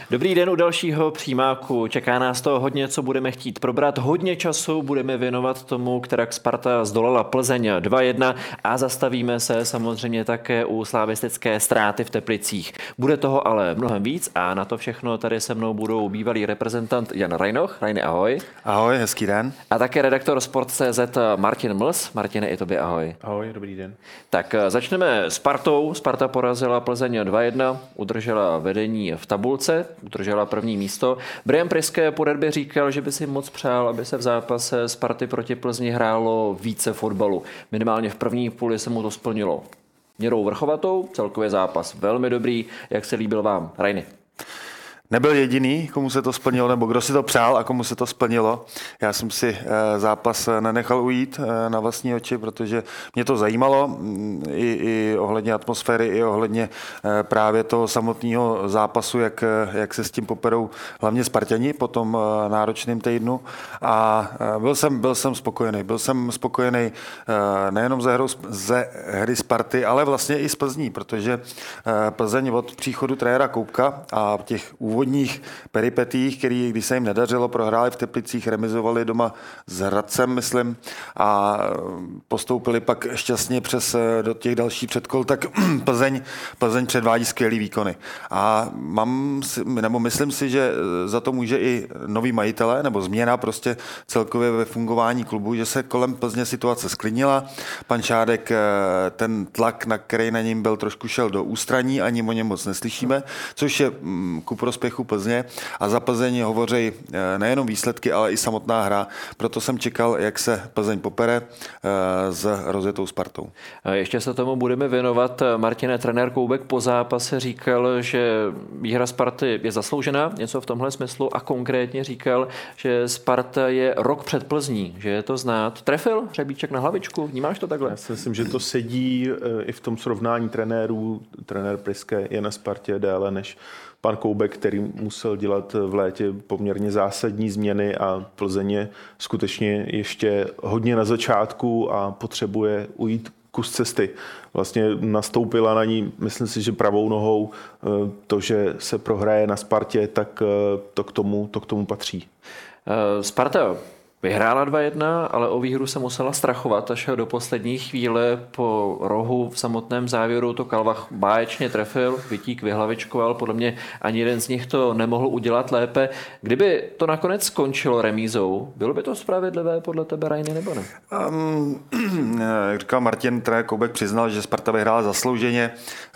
Dobrý den u dalšího přímáku. Čeká nás to hodně, co budeme chtít probrat. Hodně času budeme věnovat tomu, kterak Sparta zdolala Plzeň 2-1 a zastavíme se samozřejmě také u slavistické ztráty v Teplicích. Bude toho ale mnohem víc a na to všechno tady se mnou budou bývalý reprezentant Jan Rajnoch. Rajne, ahoj. Ahoj, hezký den. A také redaktor Sport.cz Martin Mls. Martine, i tobě ahoj. Ahoj, dobrý den. Tak začneme Spartou. Sparta porazila Plzeň 2-1, udržela vedení v tabulce, udržela první místo. Brian Priske po derby říkal, že by si moc přál, aby se v zápase Sparty proti Plzni hrálo více fotbalu. Minimálně v první půli se mu to splnilo měrou vrchovatou, celkově zápas velmi dobrý. Jak se líbil vám, Rajny? Nebyl jediný, komu se to splnilo, nebo kdo si to přál a komu se to splnilo. Já jsem si zápas nenechal ujít na vlastní oči, protože mě to zajímalo i ohledně atmosféry, i ohledně právě toho samotného zápasu, jak se s tím poperou hlavně Sparťani po tom náročném týdnu. A byl jsem spokojený. Byl jsem spokojený nejenom ze hry Sparty, ale vlastně i z Plzní, protože Plzeň od příchodu trenéra Koubka a těch úvodních peripetích, který, když se jim nedařilo, prohráli v Teplicích, remizovali doma s Hradcem, myslím, a postoupili pak šťastně do těch dalších předkol, tak Plzeň předvádí skvělý výkony. A myslím si, že za to může i nový majitele, nebo změna prostě celkově ve fungování klubu, že se kolem Plzně situace sklidnila. Pan Šádek ten tlak, na který na něm byl, trošku šel do ústraní, ani o něm moc neslyšíme, což je ku prospěchu Plzně, a za Plzeň hovoří nejenom výsledky, ale i samotná hra. Proto jsem čekal, jak se Plzeň popere s rozjetou Spartou. Ještě se tomu budeme věnovat. Martine, trenér Koubek po zápase říkal, že výhra Sparty je zasloužená, něco v tomhle smyslu, a konkrétně říkal, že Sparta je rok před Plzní, že je to znát. Trefil hřebíček na hlavičku? Vnímáš to takhle? Já si myslím, že to sedí i v tom srovnání trenérů. Trenér Priske je na Spartě déle než pan Koubek, který musel dělat v létě poměrně zásadní změny, a Plzeň je skutečně ještě hodně na začátku a potřebuje ujít kus cesty. Vlastně nastoupila na ní, myslím si, že pravou nohou. To, že se prohraje na Spartě, tak to k tomu patří. Sparta vyhrála 2-1, ale o výhru se musela strachovat až do poslední chvíle. Po rohu v samotném závěru to Kalvach báječně trefil, Vytík vyhlavičkoval, podle mě ani jeden z nich to nemohl udělat lépe. Kdyby to nakonec skončilo remízou, bylo by to spravedlivé podle tebe, Rajny, nebo ne? Jak říkal Martin, trenér Koubek přiznal, že Sparta vyhrála zaslouženě.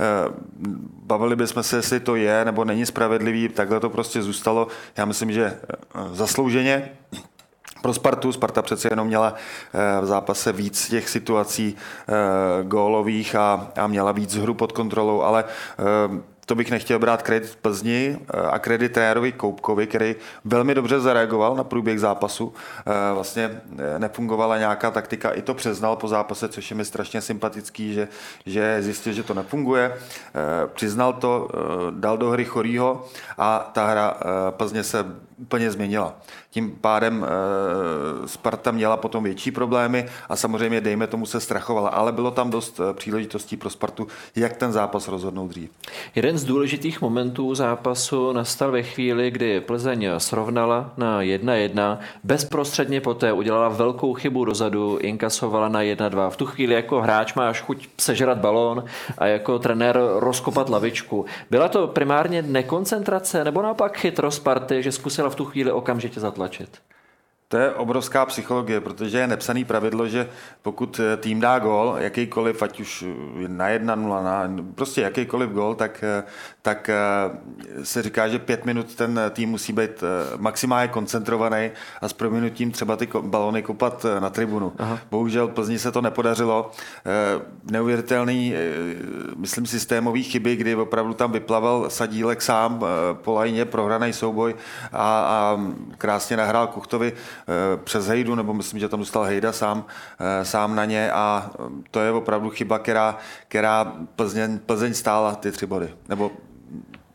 Bavili bychom se, jestli to je nebo není spravedlivý, takhle to prostě zůstalo. Já myslím, že zaslouženě pro Spartu. Sparta přece jenom měla v zápase víc těch situací gólových a měla víc hru pod kontrolou, ale to bych nechtěl brát kredit Plzni a kredit trenérovi Koubkovi, který velmi dobře zareagoval na průběh zápasu. Vlastně nefungovala nějaká taktika, i to přiznal po zápase, což je mi strašně sympatický, že zjistil, že to nefunguje. Přiznal to, dal do hry Chorýho a ta hra Plzně se úplně změnila. Tím pádem Sparta měla potom větší problémy a samozřejmě, dejme tomu, se strachovala, ale bylo tam dost příležitostí pro Spartu, jak ten zápas rozhodnout dřív. Jeden z důležitých momentů zápasu nastal ve chvíli, kdy Plzeň srovnala na 1-1. Bezprostředně poté udělala velkou chybu dozadu, inkasovala na 1-2. V tu chvíli jako hráč máš chuť sežrat balón a jako trenér rozkopat lavičku. Byla to primárně nekoncentrace nebo naopak chytrost Sparty, že zkusila v tu chvíli okamžitě zatlačit? To je obrovská psychologie, protože je nepsaný pravidlo, že pokud tým dá gól, jakýkoliv, ať už na 1-0, prostě jakýkoliv gól, tak se říká, že 5 minut ten tým musí být maximálně koncentrovaný a s prominutím třeba ty balony kopat na tribunu. Aha. Bohužel Plzni se to nepodařilo. Neuvěřitelný, myslím, systémový chyby, kdy opravdu tam vyplaval Sadílek sám po lajně, prohraný souboj a krásně nahrál Kuchtovi přes Hejdu, nebo myslím, že tam dostal Hejda sám na ně, a to je opravdu chyba, která Plzeň stála ty 3 body. Nebo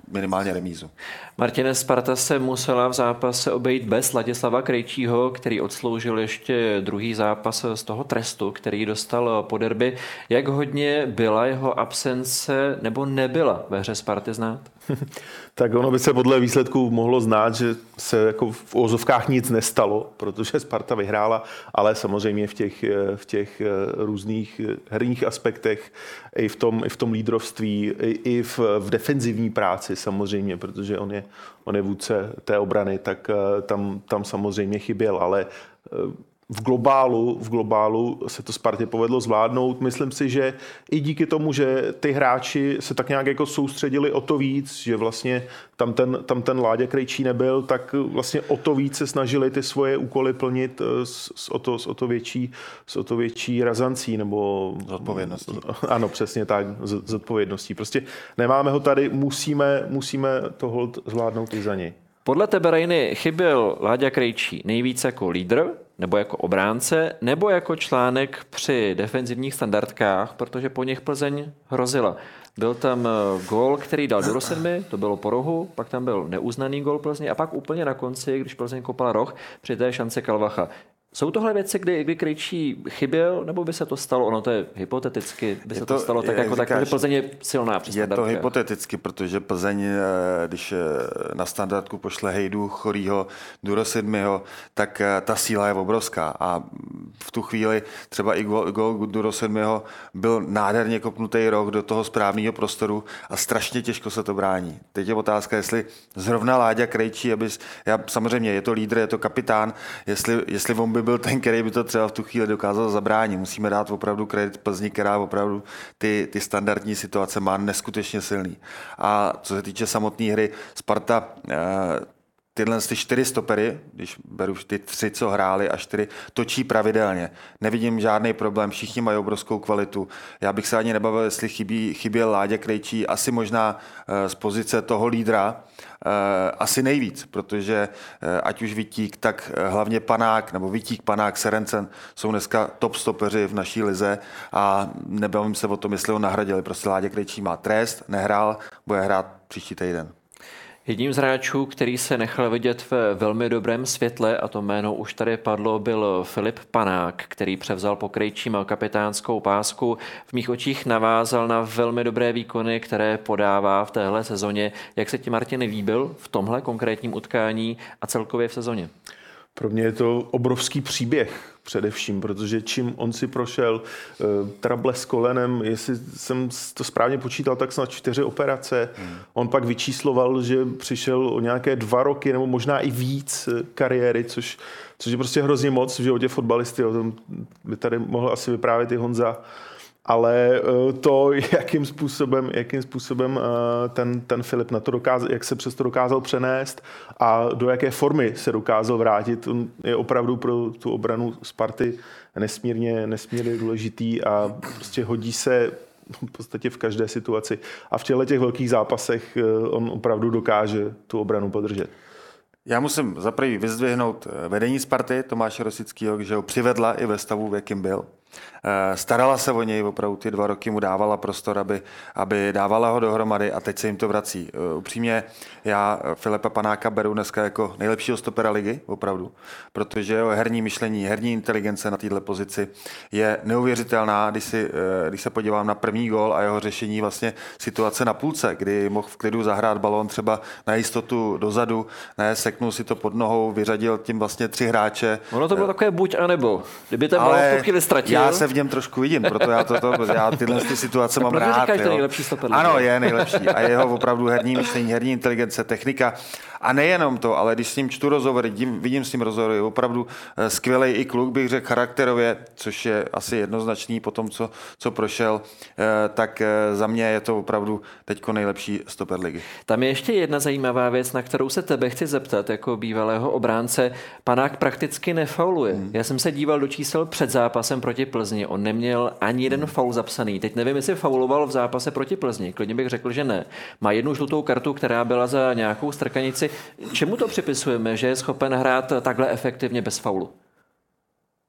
minimálně remízu. Martine, Sparta se musela v zápase obejít bez Ladislava Krejčího, který odsloužil ještě druhý zápas z toho trestu, který dostal po derby. Jak hodně byla jeho absence nebo nebyla ve hře Sparty znát? Tak ono by se podle výsledků mohlo znát, že se jako v ozovkách nic nestalo, protože Sparta vyhrála, ale samozřejmě v těch různých herních aspektech, i v tom lídrovství, i v defenzivní práci samozřejmě, protože on je vůdce té obrany, tak tam samozřejmě chyběl, ale v globálu se to Spartě povedlo zvládnout. Myslím si, že i díky tomu, že ty hráči se tak nějak jako soustředili o to víc, že vlastně tam ten Láďa Krejčí nebyl, tak vlastně o to víc se snažili ty svoje úkoly plnit s o to větší razancí nebo zodpovědností. Ano, přesně tak, zodpovědností. Prostě nemáme ho tady, musíme to zvládnout i za něj. Podle tebe, Reiny, chyběl Láďa Krejčí nejvíc jako lídr, nebo jako obránce, nebo jako článek při defenzivních standardkách, protože po nich Plzeň hrozila. Byl tam gól, který dal do 7, to bylo po rohu, pak tam byl neuznaný gól Plzně a pak úplně na konci, když Plzeň kopala roh, při té šance Kalvacha. Jsou tohle věci, kdy Krejčí chyběl, nebo by se to stalo, ono to je hypoteticky, by se to stalo tak jako tak, že Plzeň je silná při standardkách? Je to hypoteticky, protože Plzeň, když na standardku pošle Hejdu, Chorýho, Duro 7, tak ta síla je obrovská a v tu chvíli třeba i gól Duro 7 byl nádherně kopnutý roh do toho správného prostoru a strašně těžko se to brání. Teď je otázka, jestli zrovna Láďa Krejčí, samozřejmě je to lídr, je to kapitán, jestli on by byl ten, který by to třeba v tu chvíli dokázal zabránit. Musíme dát opravdu kredit Plzni, která opravdu ty standardní situace má neskutečně silný. A co se týče samotné hry, Sparta tyhle 4 stopery, když beru ty 3, co hráli a 4, točí pravidelně. Nevidím žádný problém, všichni mají obrovskou kvalitu. Já bych se ani nebavil, jestli chyběl Láďa Krejčí, asi možná z pozice toho lídra, asi nejvíc, protože ať už Vítík, tak hlavně Panák, nebo Vítík, Panák, Serencen jsou dneska top stopeři v naší lize a nebavím se o tom, jestli ho nahradili. Prostě Láďa Krejčí má trest, nehrál, bude hrát příští týden. Jedním z hráčů, který se nechal vidět ve velmi dobrém světle, a to jméno už tady padlo, byl Filip Panák, který převzal po Krejčím kapitánskou pásku. V mých očích navázal na velmi dobré výkony, které podává v téhle sezóně. Jak se ti, Martine, líbil v tomhle konkrétním utkání a celkově v sezóně? Pro mě je to obrovský příběh především, protože čím on si prošel trable s kolenem, jestli jsem to správně počítal, tak snad 4 operace. On pak vyčísloval, že přišel o nějaké 2 roky nebo možná i víc kariéry, což je prostě hrozně moc v životě fotbalisty. O tom by tady mohl asi vyprávět i Honza. Ale to, jakým způsobem ten Filip na to dokázal, jak se přes to dokázal přenést a do jaké formy se dokázal vrátit, je opravdu pro tu obranu Sparty nesmírně důležitý a prostě hodí se v podstatě v každé situaci. A v těch velkých zápasech on opravdu dokáže tu obranu podržet. Já musím za prvý vyzdvihnout vedení Sparty Tomáše Rosického, že ho přivedla i ve stavu, v jakým byl. Starala se o něj, opravdu ty 2 roky mu dávala prostor, aby dávala ho dohromady a teď se jim to vrací. Upřímně, já Filipa Panáka beru dneska jako nejlepšího stopera ligy, opravdu, protože jeho herní myšlení, herní inteligence na této pozici je neuvěřitelná, když se podívám na první gól a jeho řešení vlastně situace na půlce, kdy mohl v klidu zahrát balón třeba na jistotu dozadu, ne, seknul si to pod nohou, vyřadil tím vlastně 3 hráče. Ono to bylo takové buď a nebo. Kdyby ten balón v tu chvíli ztratil. Já se v něm trošku vidím, proto já tyhle situace mám rád. Říkáš, že nejlepší stoper. Ano, je nejlepší. A jeho opravdu herní myšlení, herní inteligence, technika. A nejenom to, ale když s ním čtu rozhovory, vidím s ním rozhovory, je opravdu skvělej i kluk, bych řekl charakterově, což je asi jednoznačný po tom, co prošel, tak za mě je to opravdu teďko nejlepší stoper ligy. Tam je ještě jedna zajímavá věc, na kterou se tebe chci zeptat jako bývalého obránce. Panák prakticky nefauluje. Já jsem se díval do čísel před zápasem proti Plzni. On neměl ani jeden faul zapsaný. Teď nevím, jestli fauloval v zápase proti Plzni. Klidně bych řekl, že ne. Má 1 žlutou kartu, která byla za nějakou strkanici. Čemu to připisujeme, že je schopen hrát takhle efektivně bez faulu?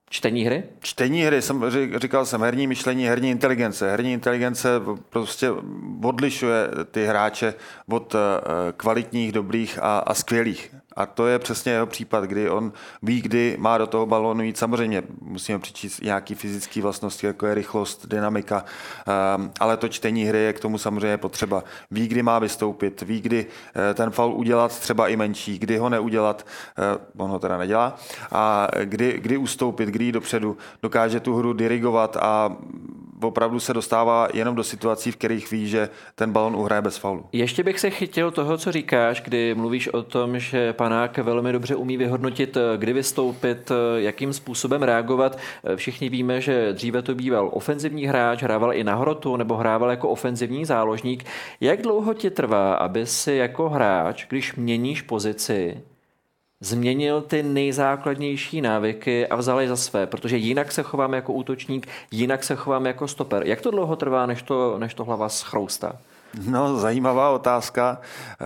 Čtení hry? Čtení hry, říkal jsem, herní myšlení, herní inteligence. Herní inteligence prostě odlišuje ty hráče od kvalitních, dobrých a skvělých. A to je přesně jeho případ, kdy on ví, kdy má do toho balónu jít. Samozřejmě musíme přičíst nějaké fyzické vlastnosti, jako je rychlost, dynamika, ale to čtení hry je k tomu samozřejmě potřeba. Ví, kdy má vystoupit, ví, kdy ten faul udělat, třeba i menší, kdy ho neudělat, on ho teda nedělá, a kdy ustoupit, kdy jít dopředu, dokáže tu hru dirigovat a opravdu se dostává jenom do situací, v kterých ví, že ten balon uhraje bez faulu. Ještě bych se chytil toho, co říkáš, kdy mluvíš o tom, že Panák velmi dobře umí vyhodnotit, kdy vystoupit, jakým způsobem reagovat. Všichni víme, že dříve to býval ofenzivní hráč, hrával i na hrotu nebo hrával jako ofenzivní záložník. Jak dlouho ti trvá, aby si jako hráč, když měníš pozici, změnil ty nejzákladnější návyky a vzal je za své, protože jinak se chovám jako útočník, jinak se chovám jako stoper. Jak to dlouho trvá, než to hlava schroustá? No, zajímavá otázka.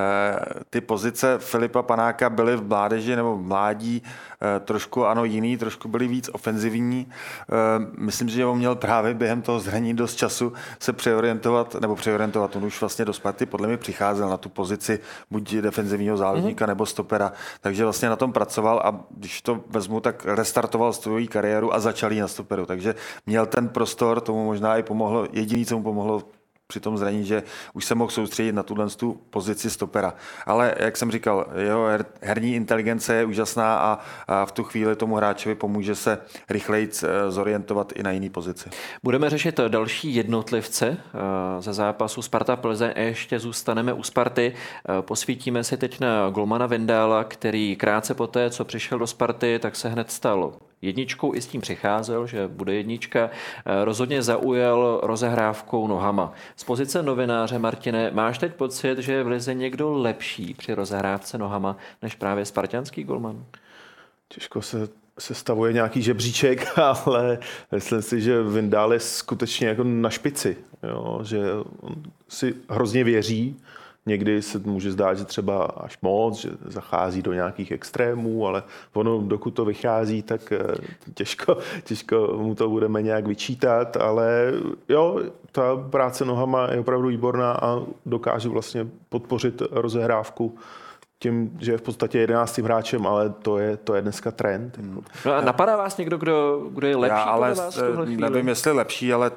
Ty pozice Filipa Panáka byly v mládeži nebo v mládí trošku jiný, trošku byly víc ofenzivní. Myslím, že on měl právě během toho zranění dost času se přeorientovat. On už vlastně do Sparty podle mě přicházel na tu pozici buď defenzivního záložníka nebo stopera. Takže vlastně na tom pracoval a když to vezmu, tak restartoval svou kariéru a začal jí na stoperu. Takže měl ten prostor, tomu možná i pomohlo, jediný, co mu pomohlo při tom zranění, že už se mohl soustředit na tuhle pozici stopera. Ale jak jsem říkal, jeho herní inteligence je úžasná a v tu chvíli tomu hráčovi pomůže se rychleji zorientovat i na jiný pozici. Budeme řešit další jednotlivce ze zápasu Sparta Plzeň a ještě zůstaneme u Sparty. Posvítíme si teď na golmana Vindála, který krátce poté, co přišel do Sparty, tak se hned stal jedničkou, i s tím přicházel, že bude jednička. Rozhodně zaujal rozehrávkou nohama. Z pozice novináře, Martine, máš teď pocit, že je v lize někdo lepší při rozehrávce nohama než právě spartanský golman? Těžko se sestavuje nějaký žebříček, ale myslím si, že Vindál je skutečně jako na špici. Jo? Že on si hrozně věří. Někdy se může zdát, že třeba až moc, že zachází do nějakých extrémů, ale ono, dokud to vychází, tak těžko mu to budeme nějak vyčítat, ale jo, ta práce nohama je opravdu výborná a dokáže vlastně podpořit rozehrávku tím, že je v podstatě 11. hráčem, ale to je dneska trend. No a napadá vás někdo, kdo je lepší? Já ale vás v tuhle chvíli? nevím, jestli lepší, ale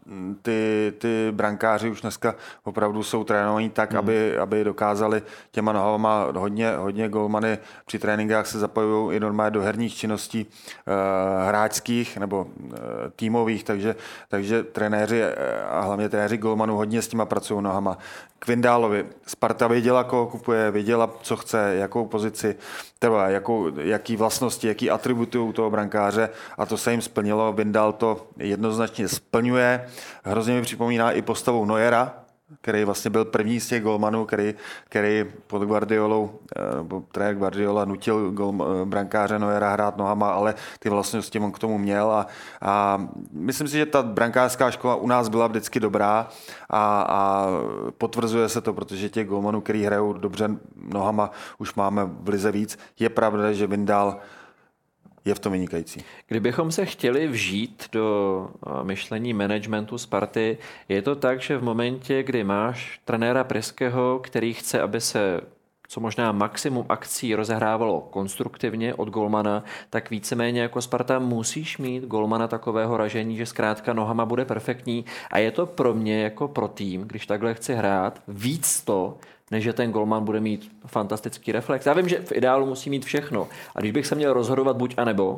ty brankáři už dneska opravdu jsou trénovaní tak, aby dokázali těma nohama hodně golmany při tréninkách se zapojují i normálně do herních činností hráčských nebo týmových, takže trenéři a hlavně trenéři golmanů hodně s těma pracují nohama. K Vindálovi Sparta věděla, koho kupuje, věděla, co chce, jakou pozici, třeba jaký vlastnosti, jaký atributy u toho brankáře a to se jim splnilo. Vindál to jednoznačně splňuje. Hrozně mi připomíná i postavu Neuera, který vlastně byl první z těch golmanů, který pod Guardiolou, trenér Guardiola nutil brankáře Neuera hrát nohama, ale ty vlastnosti on k tomu měl a myslím si, že ta brankářská škola u nás byla vždycky dobrá a potvrzuje se to, protože těch golmanů, který hrajou dobře nohama, už máme v lize víc. Je pravda, že Vindál je v tom vynikající. Kdybychom se chtěli vžít do myšlení managementu Sparty, je to tak, že v momentě, kdy máš trenéra Pryského, který chce, aby se co možná maximum akcí rozehrávalo konstruktivně od golmana, tak víceméně jako Sparta musíš mít golmana takového ražení, že zkrátka nohama bude perfektní a je to pro mě jako pro tým, když takhle chci hrát, víc to, než že ten golman bude mít fantastický reflex. Já vím, že v ideálu musí mít všechno. A když bych se měl rozhodovat buď a nebo?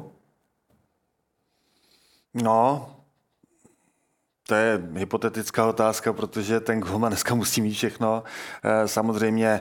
No, to je hypotetická otázka, protože ten golman dneska musí mít všechno. Samozřejmě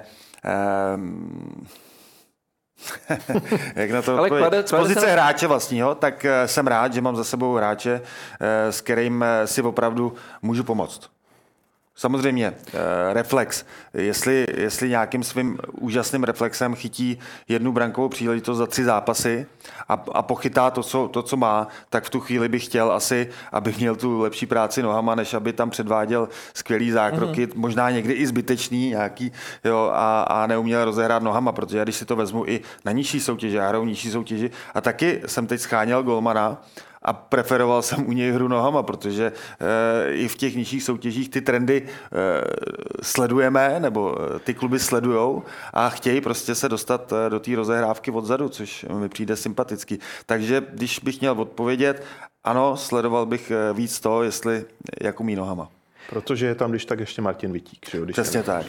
jak na to z pozice hráče vlastního, tak jsem rád, že mám za sebou hráče, s kterým si opravdu můžu pomoct. Samozřejmě, reflex. Jestli nějakým svým úžasným reflexem chytí jednu brankovou příležitost za 3 zápasy a pochytá to, co má, tak v tu chvíli bych chtěl asi, aby měl tu lepší práci nohama, než aby tam předváděl skvělý zákroky, možná někdy i zbytečný nějaký, jo, a neuměl rozehrát nohama, protože když si to vezmu i na nižší soutěži, já hraju nižší soutěži a taky jsem teď scháněl golmana, a preferoval jsem u něj hru nohama, protože i v těch nižších soutěžích ty trendy sledujeme, nebo ty kluby sledujou a chtějí prostě se dostat do té rozehrávky odzadu, což mi přijde sympatický. Takže když bych měl odpovědět, ano, sledoval bych víc to, jestli jak umí nohama. Protože je tam, když tak ještě Martin Vitík. Že? Přesně tak.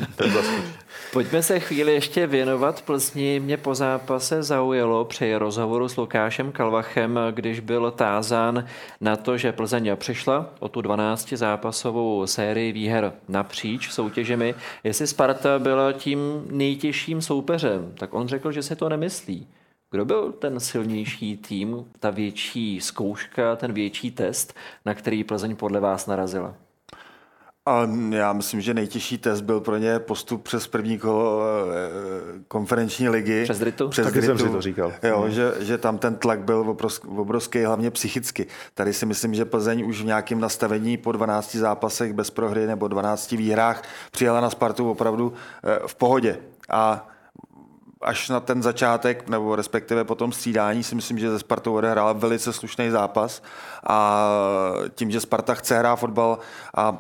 Pojďme se chvíli ještě věnovat Plzni. Mě po zápase zaujalo při rozhovoru s Lukášem Kalvachem, když byl tázán na to, že Plzeň přišla o tu 12-zápasovou sérii výher napříč soutěžemi, jestli Sparta byla tím nejtěžším soupeřem. Tak on řekl, že si to nemyslí. Kdo byl ten silnější tým, ta větší zkouška, ten větší test, na který Plzeň podle vás narazila? A já myslím, že nejtěžší test byl pro ně postup přes první kolo konferenční ligy. Přes Dritu? Taky jsem si to říkal. Jo, že tam ten tlak byl obrovský, hlavně psychicky. Tady si myslím, že Plzeň už v nějakém nastavení po 12 zápasech bez prohry nebo 12 výhrách přijela na Spartu opravdu v pohodě. A až na ten začátek, nebo respektive po tom střídání si myslím, že ze Spartou odehrála velice slušný zápas a tím, že Sparta chce hrát fotbal a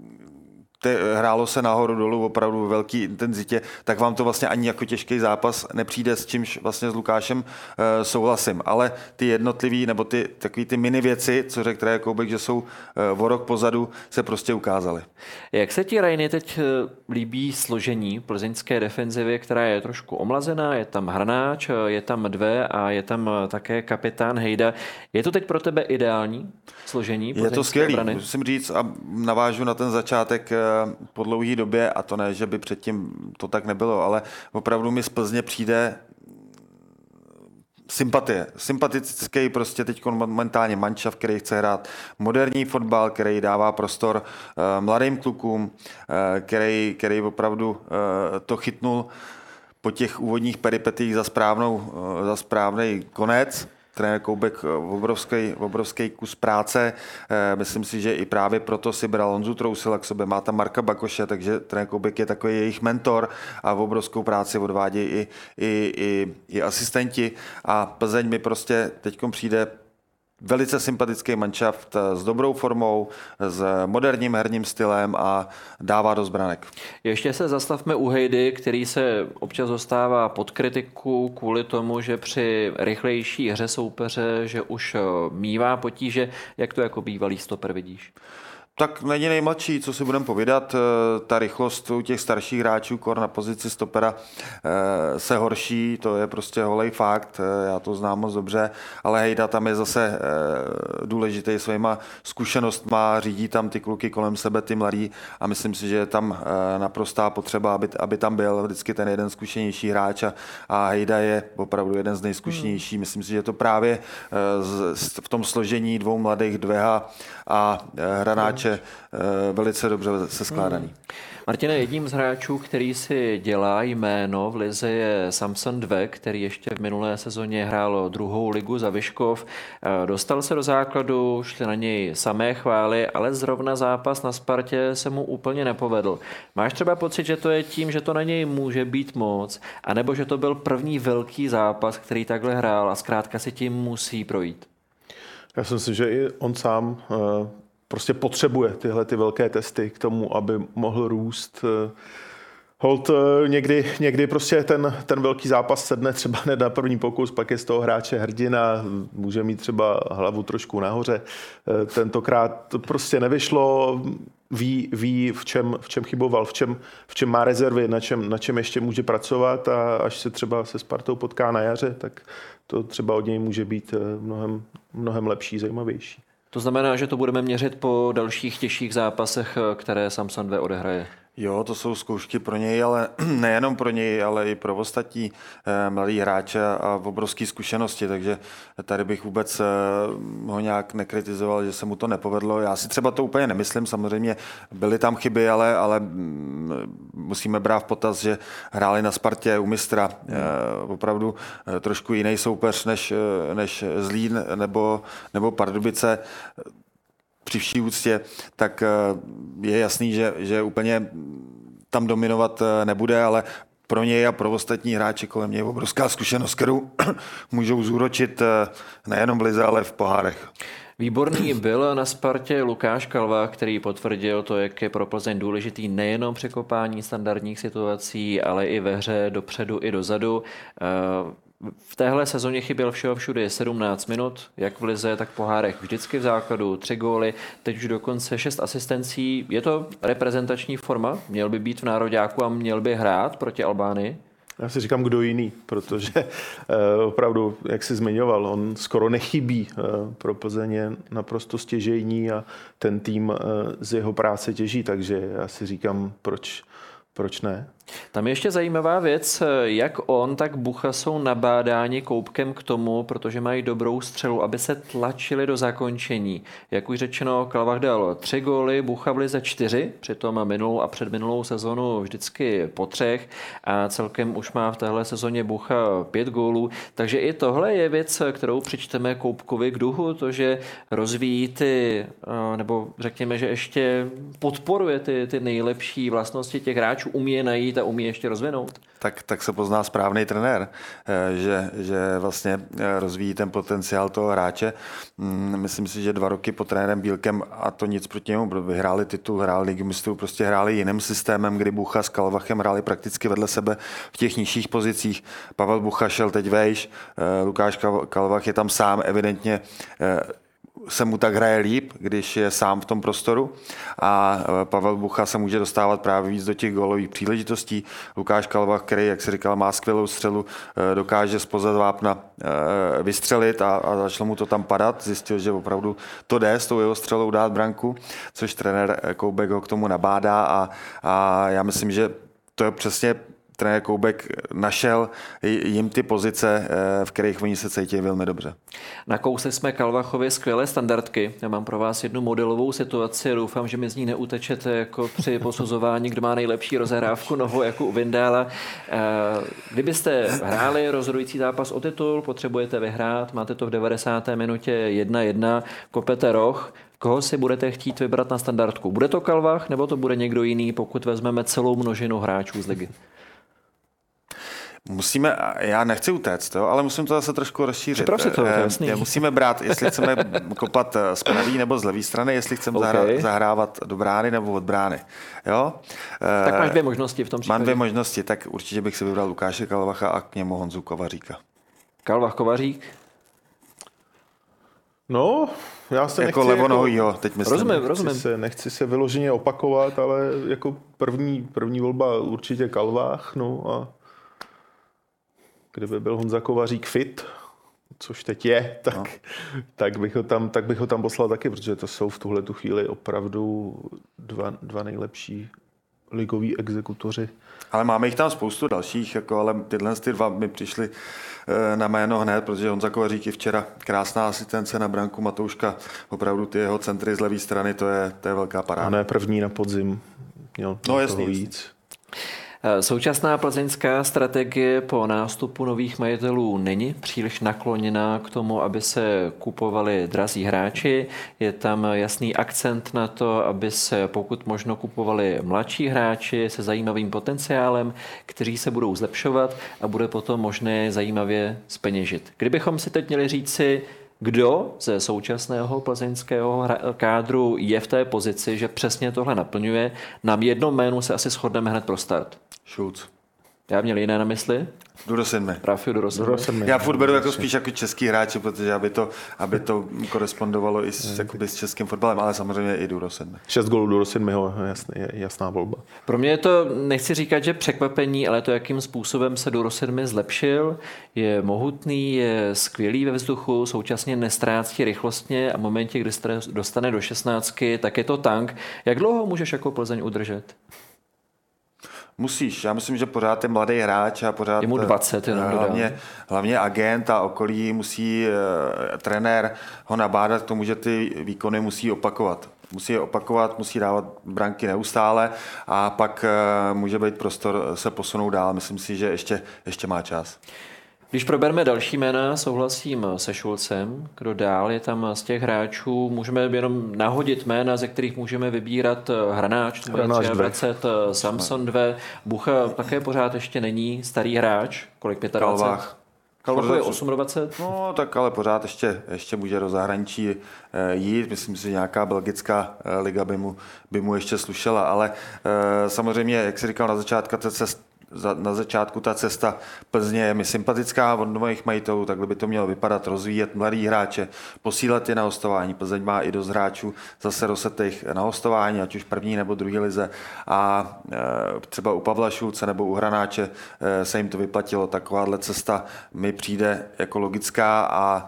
hrálo se nahoru dolů opravdu ve velké intenzitě, tak vám to vlastně ani jako těžký zápas nepřijde, s čímž vlastně s Lukášem souhlasím. Ale ty jednotlivý, nebo takový ty mini věci, co řekl Traja Koubek, že jsou o rok pozadu, se prostě ukázaly. Jak se ti, Rajny, teď líbí složení plzeňské defenzivy, která je trošku omlazená, je tam Hranáč, je tam Dve a je tam také kapitán Hejda. Je to teď pro tebe ideální složení plzeňské Je to skvělý, obrany? Musím říct a navážu na ten začátek po dlouhé době, a to ne, že by předtím to tak nebylo, ale opravdu mi z Plzně přijde sympatie. Sympatický prostě teď momentálně manšaft, který chce hrát moderní fotbal, který dává prostor mladým klukům, který opravdu to chytnul po těch úvodních peripetích za správný konec. Trenér Koubek obrovský kus práce. Myslím si, že i právě proto si bral Honzu Trousila k sobě. Má tam Marka Bakoše, takže trenér Koubek je takový jejich mentor a obrovskou práci odvádějí i asistenti. A Plzeň mi prostě teďkom přijde velice sympatický manšaft s dobrou formou, s moderním herním stylem a dává dost branek. Ještě se zastavme u Hejdy, který se občas dostává pod kritiku kvůli tomu, že při rychlejší hře soupeře, že už mívá potíže. Jak to jako bývalý stoper vidíš? Tak není nejmladší, co si budeme povídat. Ta rychlost u těch starších hráčů, kor na pozici stopera, se horší, to je prostě holej fakt, já to znám moc dobře, ale Hejda tam je zase důležitý svýma zkušenostma, řídí tam ty kluky kolem sebe, ty mladí a myslím si, že je tam naprostá potřeba, aby tam byl vždycky ten jeden zkušenější hráč a Hejda je opravdu jeden z nejzkušenějších. Myslím si, že to právě v tom složení dvou mladých Dveha a Hranáče velice dobře se skládaný. Martine, jedním z hráčů, který si dělá jméno v lize, je Samson Dve, který ještě v minulé sezóně hrál druhou ligu za Vyškov. Dostal se do základu, šli na něj samé chvály, ale zrovna zápas na Spartě se mu úplně nepovedl. Máš třeba pocit, že to je tím, že to na něj může být moc, anebo že to byl první velký zápas, který takhle hrál a zkrátka si tím musí projít? Já si myslím, že i on sám prostě potřebuje tyhle ty velké testy k tomu, aby mohl růst. Holt někdy prostě ten velký zápas sedne třeba hned na první pokus, pak je z toho hráče hrdina, může mít třeba hlavu trošku nahoře. Tentokrát to prostě nevyšlo, ví v čem chyboval, v čem má rezervy, na čem ještě může pracovat a až se třeba se Spartou potká na jaře, tak to třeba od něj může být mnohem lepší, zajímavější. To znamená, že to budeme měřit po dalších těžších zápasech, které Samson Dve odehraje. Jo, to jsou zkoušky pro něj, ale nejenom pro něj, ale i pro ostatní mladý hráče a obrovské zkušenosti, takže tady bych vůbec ho nějak nekritizoval, že se mu to nepovedlo. Já si třeba to úplně nemyslím, samozřejmě byly tam chyby, ale musíme brát v potaz, že hráli na Spartě u mistra opravdu trošku jiný soupeř než Zlín nebo Pardubice. Při vší úctě, tak je jasný, že úplně tam dominovat nebude, ale pro něj a pro ostatní hráče kolem něj je obrovská zkušenost, kterou můžou zúročit nejenom v lize, ale v pohárech. Výborný byl na Spartě Lukáš Kalvách, který potvrdil to, jak je pro Plzeň důležitý nejenom překopání standardních situací, ale i ve hře dopředu i dozadu. V téhle sezóně chyběl všeho všude 17 minut, jak v lize, tak v pohárech vždycky v základu, 3 góly, teď už dokonce 6 asistencí. Je to reprezentační forma? Měl by být v nároďáku a měl by hrát proti Albánii? Já si říkám, kdo jiný, protože opravdu, jak jsi zmiňoval, on skoro nechybí. Pro Plzeň je naprosto stěžejní a ten tým z jeho práce těží, takže já si říkám, proč ne? Tam je ještě zajímavá věc, jak on, tak Bucha jsou nabádáni Koubkem k tomu, protože mají dobrou střelu, aby se tlačili do zakončení. Jak už řečeno, Kalvách dal 3 góly, Bucha v lize 4, přitom minulou a předminulou sezonu vždycky po 3 a celkem už má v téhle sezóně Bucha 5 gólů. Takže i tohle je věc, kterou přičteme Koubkovi k duhu, to, že rozvíjí ty, nebo řekněme, že ještě podporuje ty nejlepší vlastnosti těch hráčů, umí je najít a umí ještě rozvinout. Tak se pozná správný trenér, že vlastně rozvíjí ten potenciál toho hráče. Myslím si, že 2 roky pod trenérem Bílkem, a to nic proti němu, vyhráli titul, hráli Ligu mistrů, prostě hráli jiným systémem, kdy Bucha s Kalvachem hráli prakticky vedle sebe v těch nižších pozicích. Pavel Bucha šel teď vejš, Lukáš Kalvach je tam sám, evidentně se mu tak hraje líp, když je sám v tom prostoru a Pavel Bucha se může dostávat právě víc do těch gólových příležitostí. Lukáš Kalvach, který, jak se říkal, má skvělou střelu, dokáže zpoza vápna vystřelit a začalo mu to tam padat. Zjistil, že opravdu to jde s tou jeho střelou dát branku, což trenér Koubek ho k tomu nabádá a já myslím, že to je přesně trenér Koubek našel jim ty pozice, v kterých oni se cítí velmi dobře. Nakousli jsme Kalvachově skvělé standardky. Já mám pro vás jednu modelovou situaci a doufám, že mi z ní neutečete jako při posuzování, kdo má nejlepší rozehrávku nohou jako u Vindála. Kdybyste hráli rozhodující zápas o titul, potřebujete vyhrát, máte to v 90. minutě 1-1, kopete roh, koho si budete chtít vybrat na standardku? Bude to Kalvach nebo to bude někdo jiný, pokud vezmeme celou množinu hráčů z ligy? Já nechci utéct, ale musím to zase trošku rozšířit. To, jasný. Musíme brát, jestli chceme kopat z pravé nebo z levé strany, jestli chceme zahrávat do brány nebo od brány. Jo? Tak máš 2 možnosti v tom případě. Mám 2 možnosti, tak určitě bych si vybral Lukáše Kalvacha a k němu Honzu Kovaříka. Kalvach, Kovařík? No, já se jako levonohýho, teď myslím. Rozumím. Nechci se vyloženě opakovat, ale jako první volba určitě Kalvách, no a kdyby byl Honza Kovařík fit, což teď je, tak bych ho tam poslal taky, protože to jsou v tuhletu chvíli opravdu dva nejlepší ligoví exekutoři. Ale máme jich tam spoustu dalších, ale tyhle 2 mi přišly na jméno hned, protože Honza Kovařík je včera krásná asistence na branku Matouška. Opravdu ty jeho centry z levé strany, to je velká paráda. A ne první na podzim. Měl toho víc. Současná plzeňská strategie po nástupu nových majitelů není příliš nakloněná k tomu, aby se kupovali drazí hráči. Je tam jasný akcent na to, aby se pokud možno kupovali mladší hráči se zajímavým potenciálem, kteří se budou zlepšovat a bude potom možné zajímavě zpeněžit. Kdybychom si teď měli říci, kdo ze současného plzeňského kádru je v té pozici, že přesně tohle naplňuje, nám jednom jménu se asi shodneme hned pro start. Šulc. Já měl jiné na mysli? Durosinmi. Rafiu Durosinmi. Já furt beru jako spíš jako český hráči, protože aby to korespondovalo i s českým fotbalem, ale samozřejmě i Durosinmi. 6 gólů Durosinmiho, jasná volba. Pro mě je to, nechci říkat, že překvapení, ale to, jakým způsobem se Durosinmi zlepšil, je mohutný, je skvělý ve vzduchu, současně nestrácí rychlostně a v momentě, kdy se dostane do 16, tak je to tank. Jak dlouho můžeš jako Plzeň udržet? Musíš. Já myslím, že pořád je mladý hráč a pořád... Je mu 20, hlavně agent a okolí musí trenér ho nabádat k tomu, že ty výkony musí opakovat. Musí je opakovat, musí dávat branky neustále a pak může být prostor se posunout dál. Myslím si, že ještě má čas. Když probereme další jména, souhlasím se Šulcem. Kdo dál je tam z těch hráčů? Můžeme jenom nahodit jména, ze kterých můžeme vybírat Hranáč 20, Samson 2, Bucha také pořád ještě není starý hráč, kolik 25? Kalvách je 28. No, tak ale pořád ještě může do zahraničí jít. Myslím si, že nějaká belgická liga by mu ještě slušela, ale samozřejmě, jak jsi říkal na začátku, ta cesta Plzně je mi sympatická od nových majitelů, takhle by to mělo vypadat, rozvíjet mladý hráče, posílat je na hostování. Plzeň má i dost hráčů zase rozsetých na hostování, ať už první nebo druhý lize a třeba u Pavla Šulce nebo u Hranáče se jim to vyplatilo. Takováhle cesta mi přijde jako logická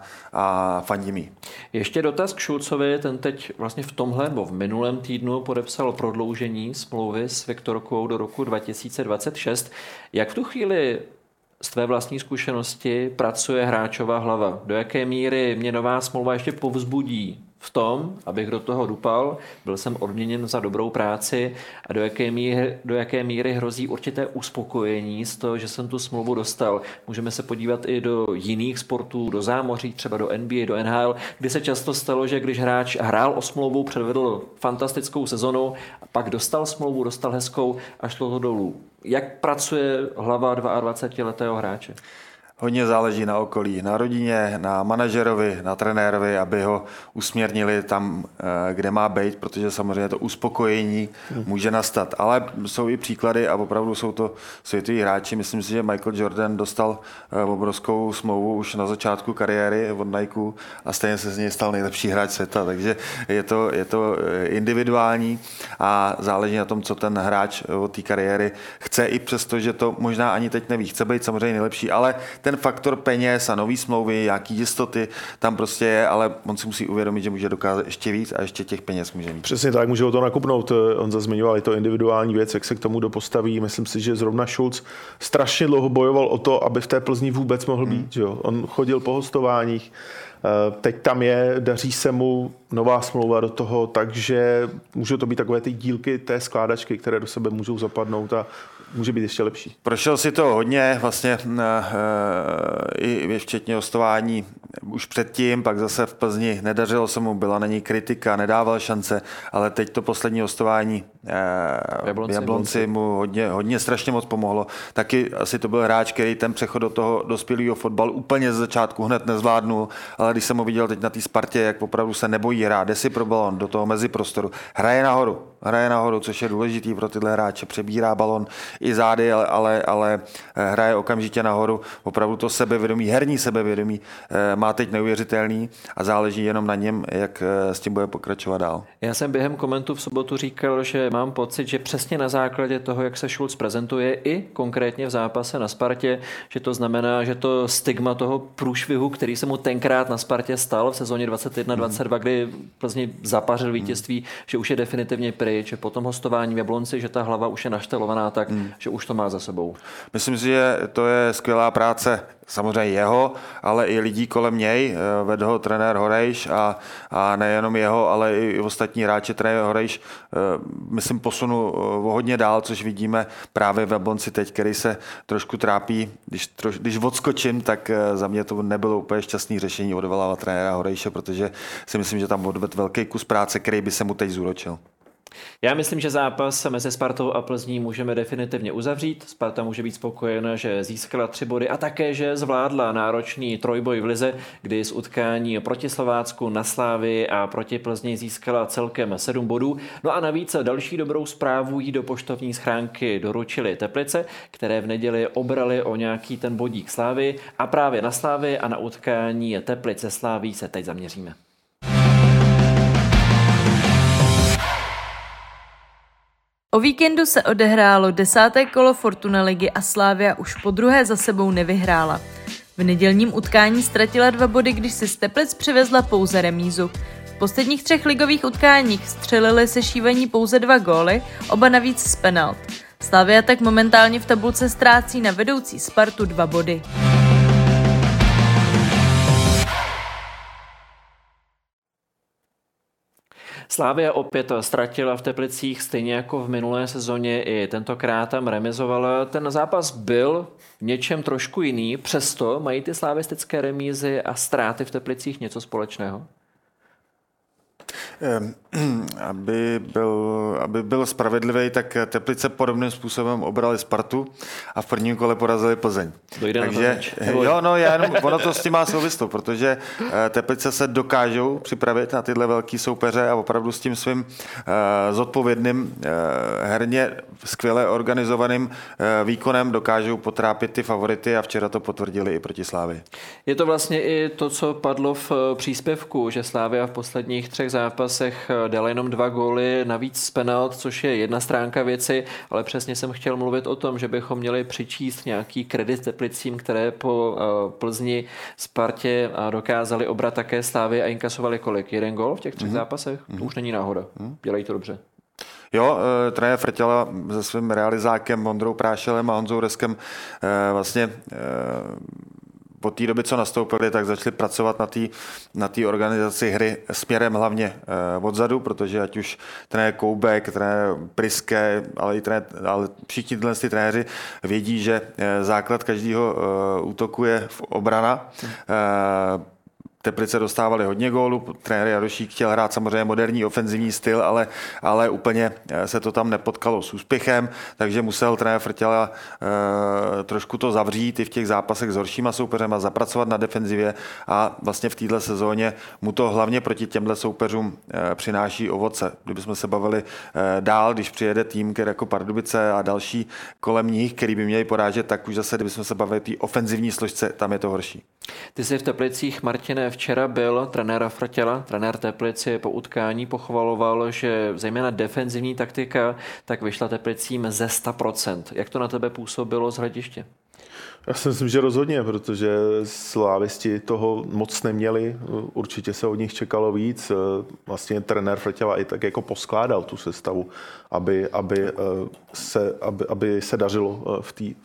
a fandím jí. Ještě dotaz k Šulcovi, ten teď vlastně v tomhle nebo v minulém týdnu podepsal prodloužení smlouvy s Viktorkou do roku 2026. Jak v tu chvíli z tvé vlastní zkušenosti pracuje hráčová hlava? Do jaké míry mě nová smlouva ještě povzbudí v tom, abych do toho dupal, byl jsem odměněn za dobrou práci a do jaké míry hrozí určité uspokojení z toho, že jsem tu smlouvu dostal. Můžeme se podívat i do jiných sportů, do zámoří, třeba do NBA, do NHL, kdy se často stalo, že když hráč hrál o smlouvu, předvedl fantastickou sezonu a pak dostal smlouvu, dostal hezkou a šlo to dolů. Jak pracuje hlava 22letého hráče? Hodně záleží na okolí, na rodině, na manažerovi, na trenérovi, aby ho usměrnili tam, kde má být, protože samozřejmě to uspokojení může nastat. Ale jsou i příklady a opravdu jsou to světoví hráči. Myslím si, že Michael Jordan dostal obrovskou smlouvu už na začátku kariéry od Nike a stejně se z něj stal nejlepší hráč světa. Takže je to individuální a záleží na tom, co ten hráč od té kariéry chce, i přesto, že to možná ani teď neví. Chce být samozřejmě nejlepší, ale ten faktor peněz a nový smlouvy, jaký jistoty tam prostě je, ale on si musí uvědomit, že může dokázat ještě víc a ještě těch peněz může mít. Přesně tak, může ho to nakupnout. On zmiňoval, je to individuální věc, jak se k tomu dopostaví. Myslím si, že zrovna Šulc strašně dlouho bojoval o to, aby v té Plzni vůbec mohl být. Jo? On chodil po hostováních, teď tam je, daří se mu, nová smlouva do toho, takže můžou to být takové ty dílky té skládačky, které do sebe můžou zapadnout a může být ještě lepší. Prošel si to hodně, vlastně i včetně hostování už předtím, pak zase v Plzni nedařilo se mu, byla na něj kritika, nedával šance, ale teď to poslední hostování v Jablonci mu hodně strašně moc pomohlo. Taky asi to byl hráč, který ten přechod do toho dospělého fotbalu úplně z začátku hned nezvládnul, ale když jsem ho viděl teď na té Spartě, jak opravdu se nebojí hrát, jde si pro balon do toho meziprostoru, hraje nahoru, což je důležitý pro tyhle hráče, přebírá balon i zády, ale hraje okamžitě nahoru, opravdu to sebevědomí, herní sebevědomí má teď neuvěřitelný a záleží jenom na něm, jak s tím bude pokračovat dál. Já jsem během komentu v sobotu říkal, že mám pocit, že přesně na základě toho, jak se Šulc prezentuje i konkrétně v zápase na Spartě, že to znamená, že to stigma toho průšvihu, který se mu tenkrát na Spartě stal v sezóně 21-22, kdy Plzni zapařil vítězství, že už je definitivně pryč, že po tom hostování v Jablonci, že ta hlava už je naštelovaná tak, že už to má za sebou. Myslím si, že to je skvělá práce samozřejmě jeho, ale i lidí kolem něj, vedl ho trenér Horejš a nejenom jeho, ale i ostatní hráči trenér Horejš, myslím, posunu o hodně dál, což vidíme právě v Jablonci teď, který se trošku trápí. Když odskočím, tak za mě to nebylo úplně šťastný řešení odvolávat trenéra Horejše, protože si myslím, že tam odvedl velký kus práce, který by se mu teď zúročil. Já myslím, že zápas mezi Spartou a Plzní můžeme definitivně uzavřít. Sparta může být spokojena, že získala 3 body a také, že zvládla náročný trojboj v lize, kdy z utkání proti Slovácku, na Slávii a proti Plzni získala celkem 7 bodů. No a navíc další dobrou zprávu jí do poštovní schránky doručily Teplice, které v neděli obrali o nějaký ten bodík Slávy a právě na Slávii a na utkání Teplice Sláví se teď zaměříme. O víkendu se odehrálo 10. kolo Fortuna ligy a Slavia už po druhé za sebou nevyhrála. V nedělním utkání ztratila 2 body, když si z Teplic přivezla pouze remízu. V posledních 3 ligových utkáních střelili sešívaní pouze 2 góly, oba navíc z penalt. Slavia tak momentálně v tabulce ztrácí na vedoucí Spartu 2 body. Slavia opět ztratila v Teplicích, stejně jako v minulé sezóně, i tentokrát tam remizovala. Ten zápas byl v něčem trošku jiný, přesto mají ty slavistické remízy a ztráty v Teplicích něco společného? Aby byl spravedlivý, tak Teplice podobným způsobem obrali Spartu a v prvním kole porazili Plzeň. Takže ono to s tím má souvislost, protože Teplice se dokážou připravit na tyhle velký soupeře a opravdu s tím svým zodpovědným, herně skvěle organizovaným výkonem dokážou potrápit ty favority a včera to potvrdili i proti Slávii. Je to vlastně i to, co padlo v příspěvku, že Slavia v posledních 3 zápasech dala jenom 2 góly navíc z penalt, což je jedna stránka věci, ale přesně jsem chtěl mluvit o tom, že bychom měli přičíst nějaký kredit Teplicím, které po Plzni, Spartě dokázali obrat také Slavii a inkasovali kolik? 1 gól v těch 3 zápasech? To už není náhoda. Dělají to dobře. Jo, trenér Frtěla se svým realizákem Ondrou Prášelem a Honzou Reskem vlastně po té době, co nastoupili, tak začali pracovat na té organizaci hry směrem hlavně odzadu, protože ať už trenér Koubek, trenér Priske, ale všichni tyhle trenéři vědí, že základ každého útoku je obrana. Teplice dostávali hodně gólů, trenér Jarošík chtěl hrát samozřejmě moderní ofenzivní styl, ale úplně se to tam nepotkalo s úspěchem, takže musel trenér Frtěla trošku to zavřít i v těch zápasech s horšíma soupeřema, zapracovat na defenzivě a vlastně v této sezóně mu to hlavně proti těmhle soupeřům přináší ovoce. Kdybychom se bavili dál, když přijede tým jako Pardubice a další kolem nich, který by měli porážet, tak už zase, kdybychom se bavili o té ofenzivní složce, tam je to horší. Ty jsi v Teplicích, Martine, včera byl trenéra Frtěla, trenér Teplici po utkání pochvaloval, že zejména defenzivní taktika tak vyšla Teplicím ze 100%. Jak to na tebe působilo z hlediště? Já si myslím, že rozhodně, protože slávisti toho moc neměli, určitě se od nich čekalo víc. Vlastně trenér Frtěla i tak jako poskládal tu sestavu, aby se dařilo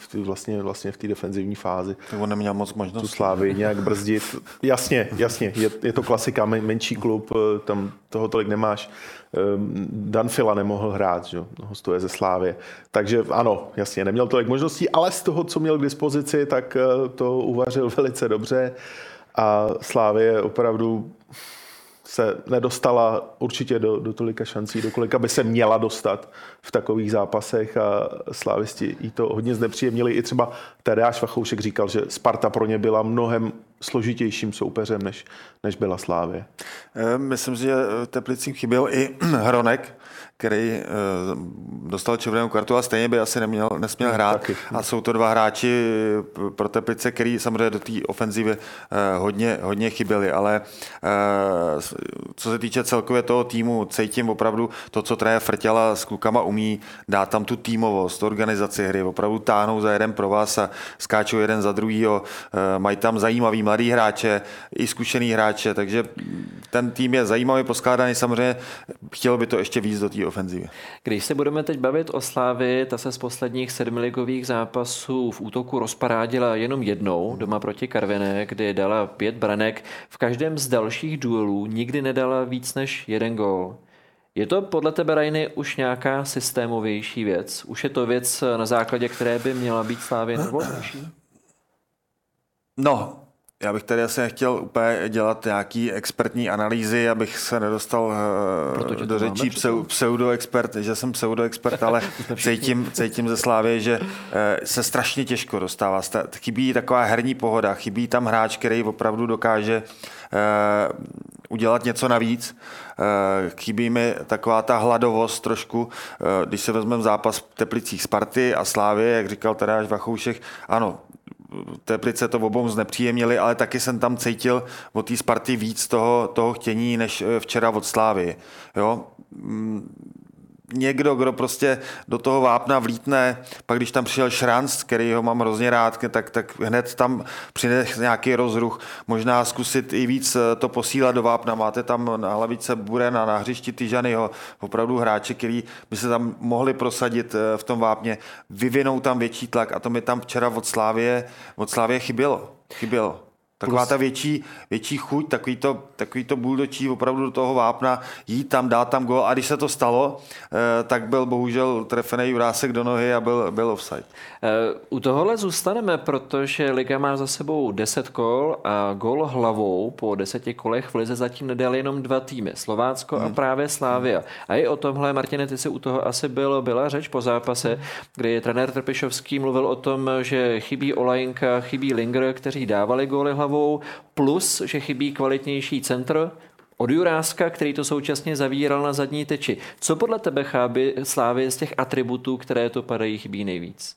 v té defenzivní fázi. Tak on neměl moc možností. Tu Slávy nějak brzdit. Jasně, je to klasika, menší klub, tam toho tolik nemáš. Danfila nemohl hrát, že? Hostuje ze Slávie. Takže ano, jasně, neměl tolik možností, ale z toho, co měl k dispozici, tak to uvařil velice dobře a Slávie opravdu se nedostala určitě do tolika šancí, do kolika by se měla dostat v takových zápasech a slávisti jí to hodně znepříjemnili. I třeba Tadeáš Vachoušek říkal, že Sparta pro ně byla mnohem složitějším soupeřem, než byla Slávie. Myslím, že Teplicím chyběl i Hronek, který dostal červenou kartu, ale stejně by asi nesměl hrát. Taky. A jsou to 2 hráči pro Teplice, který samozřejmě do té ofenzivy hodně chyběli, ale co se týče celkově toho týmu, cítím opravdu to, co trenér Frtěla s klukama umí, dá tam tu týmovost, organizaci hry, opravdu táhnou za jeden pro vás a skáčou jeden za druhýho, mají tam zajímavý mladý hráče, i zkušený hráče, takže ten tým je zajímavý, poskládaný, samozřejmě chtělo by to ještě víc do té ofenzivy. Když se budeme teď bavit o Slávii, ta se z posledních 7 ligových zápasů v útoku rozparádila jenom jednou doma proti Karviné, kdy dala 5 branek. V každém z dalších duelů nikdy nedala víc než 1 gól. Je to podle tebe, Rajny, už nějaká systémovější věc? Už je to věc, na základě které by měla být Slávie nejvolnější? No, já bych tady asi nechtěl úplně dělat nějaký expertní analýzy, abych se nedostal do řečí pseudoexpert, že jsem pseudoexpert, ale cítím ze Slávy, že se strašně těžko dostává. Chybí taková herní pohoda, chybí tam hráč, který opravdu dokáže udělat něco navíc. Chybí mi taková ta hladovost trošku, když se vezmeme zápas v Teplicích Sparty a Slávie, jak říkal Tadeáš Vachoušek, ano, Teplice to obou znepříjemnili, ale taky jsem tam cítil od té Sparty víc toho chtění, než včera od Slávy. Jo? někdo, kdo prostě do toho vápna vlítne, pak když tam přišel Šranc, který ho mám hrozně rád, tak hned tam přines nějaký rozruch, možná zkusit i víc to posílat do vápna. Máte tam na hlavice Burena, na hřišti Tyžanyho, opravdu hráče, který by se tam mohli prosadit v tom vápně, vyvinou tam větší tlak a to mi tam včera od Slávie chybělo. Taková ta větší chuť, takový to buldočí opravdu do toho vápna, jít tam, dát tam gól. A když se to stalo, tak byl bohužel trefený Jurásek do nohy a byl offside. U tohohle zůstaneme, protože liga má za sebou 10 kol a gól hlavou po 10 kolech v lize zatím nedali jenom 2 týmy, Slovácko a právě Slavia. A i o tomhle, Martine, ty si u toho asi byla řeč po zápase, kdy trenér Trpišovský mluvil o tom, že chybí Olajinka, chybí Linger, kteří dávali góly hlavou, plus, že chybí kvalitnější centr od Juráska, který to současně zavíral na zadní tyči. Co podle tebe cháby Slávy z těch atributů, které to padají, chybí nejvíc?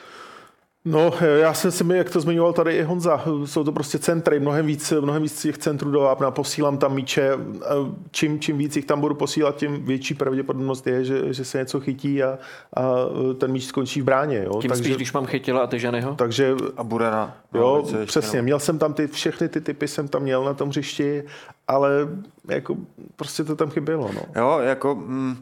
No, já jsem si, jak to zmiňoval tady i Honza, jsou to prostě centry, mnohem víc těch centrů do vápna, posílám tam míče, čím víc jich tam budu posílat, tím větší pravděpodobnost je, že se něco chytí a ten míč skončí v bráně. Jo? Tím spíš, když mám Chytila a Tyžanyho? Takže, a Burena. Jo, přesně, měl jsem tam všechny ty typy jsem tam měl na tom hřišti, ale jako prostě to tam chybělo. No. Jo, jako...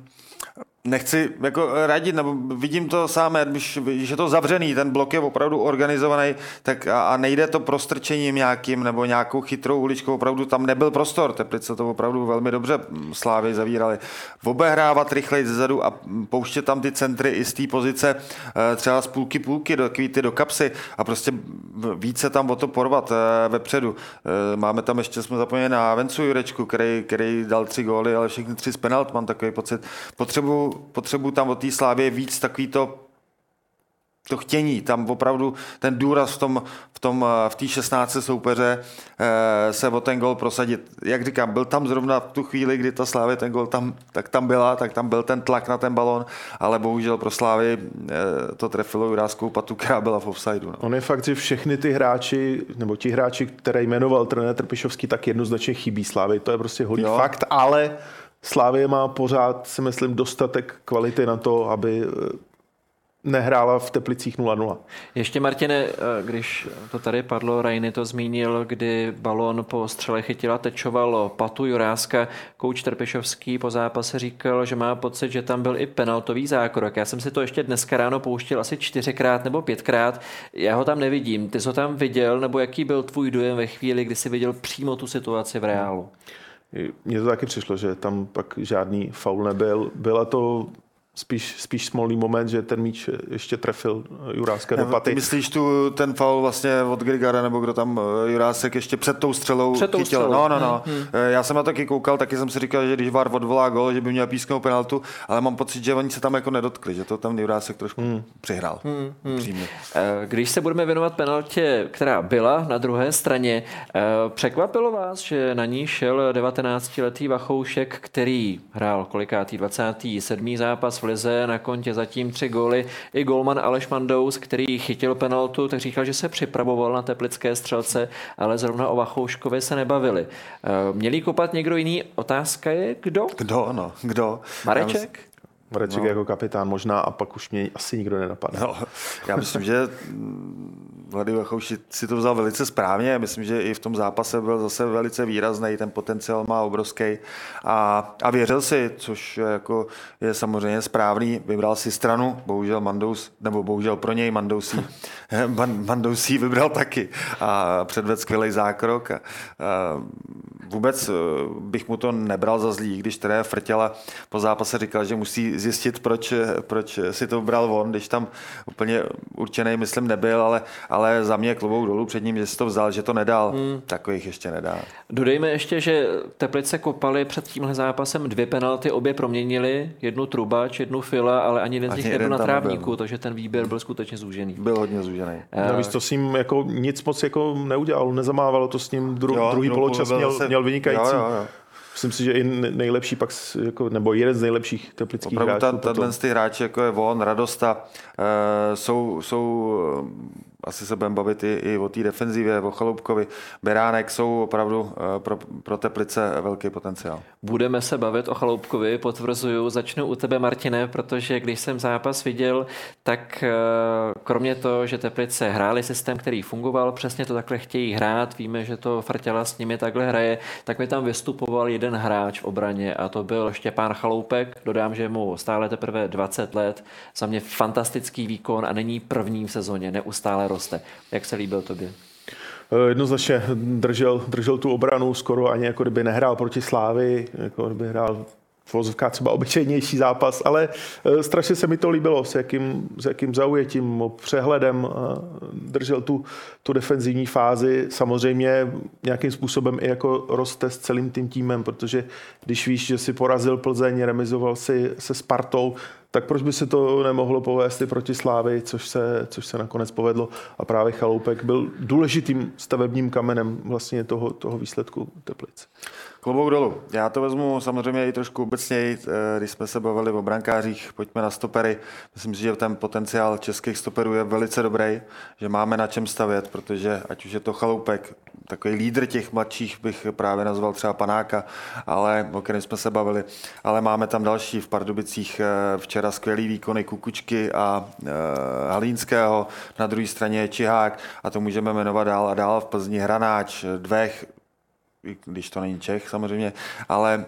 Nechci jako radit, nebo vidím to sám, když je to zavřený, ten blok je opravdu organizovaný, tak a nejde to prostrčením nějakým nebo nějakou chytrou uličkou, opravdu tam nebyl prostor, Teplice to opravdu velmi dobře Slávy zavírali. Obehrávat rychleji zezadu a pouštět tam ty centry i z té pozice třeba z půlky do kapsy a prostě více tam o to porvat vepředu. Máme tam ještě, jsme zapomněli na Vencu Jurečku, který dal 3 góly, ale všechny 3 z penalt, mám takový pocit. Potřebuji tam od té Slávy víc takový to chtění, tam opravdu ten důraz v té 16 soupeře se o ten gol prosadit. Jak říkám, byl tam zrovna v tu chvíli, kdy ta Slávy ten gol tak tam byl ten tlak na ten balón, ale bohužel pro Slávy to trefilo Juráskou patu, která byla v offsideu. No. On je fakt, že všechny ty hráči, nebo ti hráči, které jmenoval trenér Trpišovský, tak jednoznačně chybí Slávy. To je prostě holý fakt, ale Slavie má pořád, si myslím, dostatek kvality na to, aby nehrála v Teplicích 0-0. Ještě, Martine, když to tady padlo, Rajny to zmínil, kdy balón po střele Chytila tečoval patu Juráska. Kouč Trpišovský po zápase říkal, že má pocit, že tam byl i penaltový zákrok. Já jsem si to ještě dneska ráno pouštěl asi 4krát nebo 5krát. Já ho tam nevidím. Ty jsi ho tam viděl, nebo jaký byl tvůj dojem ve chvíli, kdy jsi viděl přímo tu situaci v reálu? Mně to taky přišlo, že tam pak žádný faul nebyl. Byla to spíš smolný moment, že ten míč ještě trefil Juráska do paty. Ty myslíš ten faul vlastně od Grigara, nebo kdo tam Jurásek ještě před tou střelou chytil? No. Já jsem na taky koukal, taky jsem si říkal, že když VAR odvolá gol, že by měl písknout penaltu, ale mám pocit, že oni se tam jako nedotkli, že to tam Jurásek trošku přihrál. Když se budeme věnovat penaltě, která byla na druhé straně, překvapilo vás, že na ní šel 19-letý Vachoušek, který hrál kolikátý 27. zápas v lize, na kontě zatím 3 góly, i golman Aleš Mandous, který chytil penaltu, tak říkal, že se připravoval na teplické střelce, ale zrovna o Vachouškovi se nebavili. Měli kopat někdo jiný? Otázka je, kdo? Kdo? Mareček? Mareček jako kapitán možná a pak už mě asi nikdo nenapadne. No, já myslím, že Vlady Vachouši si to vzal velice správně. Myslím, že i v tom zápase byl zase velice výrazný, ten potenciál má obrovský a věřil si, což jako je samozřejmě správný. Vybral si stranu, bohužel pro něj Mandousí vybral taky a předvedl skvělý zákrok. Vůbec bych mu to nebral za zlý, když teda Frtěla po zápase říkal, že musí zjistit, proč si to bral on, když tam úplně určený, myslím, nebyl, ale za mě klobouk dolů před ním, že si to vzal, že to nedal, takových ještě nedá. Dodejme ještě, že Teplice kopali před tímhle zápasem 2 penalty, obě proměnili, jednu Trubač, jednu Fila, ale ani jeden z nich nebyl na trávníku, takže ten výběr byl skutečně zúžený. Byl hodně zúžený. Navíc to s ním jako nic moc jako neudělal, nezamávalo to s ním, druhý poločas měl vynikající. Jo. Myslím si, že i nejlepší pak, jako, nebo jeden z nejlepších teplických hráčů. Opravdu ty hráči, jako je on, Radosta, jsou asi se budeme bavit i o té defenzivě, o Chaloupkovi. Beránek jsou opravdu pro Teplice velký potenciál. Budeme se bavit o Chaloupkovi, potvrzuju. Začnu u tebe, Martine, protože když jsem zápas viděl, tak kromě toho, že Teplice hráli systém, který fungoval, přesně to takhle chtějí hrát, víme, že to Frtěla s nimi takhle hraje, tak mi tam vystupoval jeden hráč v obraně a to byl Štěpán Chaloupek. Dodám, že mu stále teprve 20 let. Za mě fantastický výkon a není první v sezóně, neustále roste. Jak se líbil tobě? Jednoznačně držel tu obranu skoro ani jako kdyby nehrál proti Slávii, jako kdyby hrál v vozovkách třeba obyčejnější zápas, ale strašně se mi to líbilo, s jakým zaujetím, přehledem držel tu defenzivní fázi. Samozřejmě nějakým způsobem i jako roste s celým tím týmem, protože když víš, že si porazil Plzeň, remizoval si se Spartou, tak proč by se to nemohlo povést i proti Slávii, což se nakonec povedlo. A právě Chaloupek byl důležitým stavebním kamenem vlastně toho výsledku Teplic. Klobouk dolů. Já to vezmu samozřejmě i trošku obecněji, když jsme se bavili o brankářích, pojďme na stopery. Myslím si, že ten potenciál českých stoperů je velice dobrý, že máme na čem stavět, protože ať už je to Chaloupek, takový lídr těch mladších bych právě nazval třeba Panáka, ale o kterém jsme se bavili, ale máme tam další v Pardubicích včera skvělý výkony Kukučky a Halínského, na druhé straně je Čihák a to můžeme jmenovat dál a dál, v Plzni Hranáč, Dvech, když to není Čech samozřejmě, ale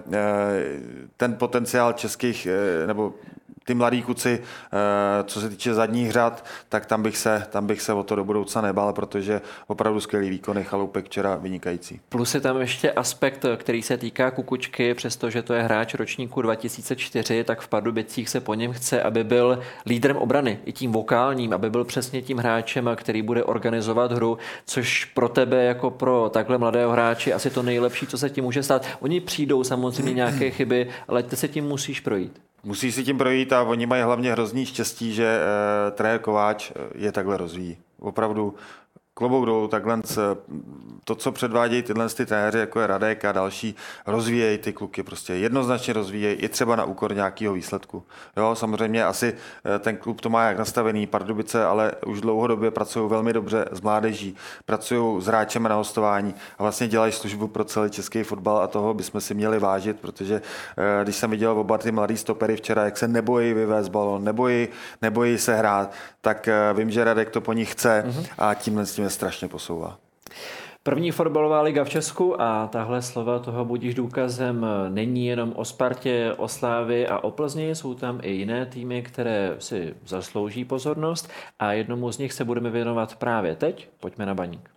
ten potenciál českých, nebo ty mladí kluci, co se týče zadních řad, tak tam bych se o to do budoucna nebál, protože opravdu skvělý výkony, Chaloupek včera vynikající. Plus je tam ještě aspekt, který se týká Kukučky, přestože to je hráč ročníku 2004, tak v Pardubicích se po něm chce, aby byl lídrem obrany, i tím vokálním, aby byl přesně tím hráčem, který bude organizovat hru, což pro tebe jako pro takhle mladého hráče asi to nejlepší, co se ti může stát. Oni přijdou samozřejmě nějaké chyby, ale ty se tím musíš projít. Musí si tím projít a oni mají hlavně hrozný štěstí, že trenér Kováč je takhle rozvíjí. Opravdu klobouk dolů, takhle to, co předvádějí tyhle trenéři, jako je Radek a další, rozvíjejí ty kluky, prostě jednoznačně rozvíjejí, i třeba na úkor nějakého výsledku. Jo, samozřejmě asi ten klub to má jak nastavený, Pardubice, ale už dlouhodobě pracují velmi dobře s mládeží, pracují s hráčem na hostování a vlastně dělají službu pro celý český fotbal a toho bychom si měli vážit, protože když jsem viděl oba ty mladý stopery včera, jak se nebojí vyvést balon, nebojí se hrát, tak vím, že Radek to po nich chce a tímhle s tím strašně posouvá. První fotbalová liga v Česku a tahle slova toho budíš důkazem není jenom o Spartě, o Slávii a o Plzni, jsou tam i jiné týmy, které si zaslouží pozornost a jednomu z nich se budeme věnovat právě teď. Pojďme na Baník.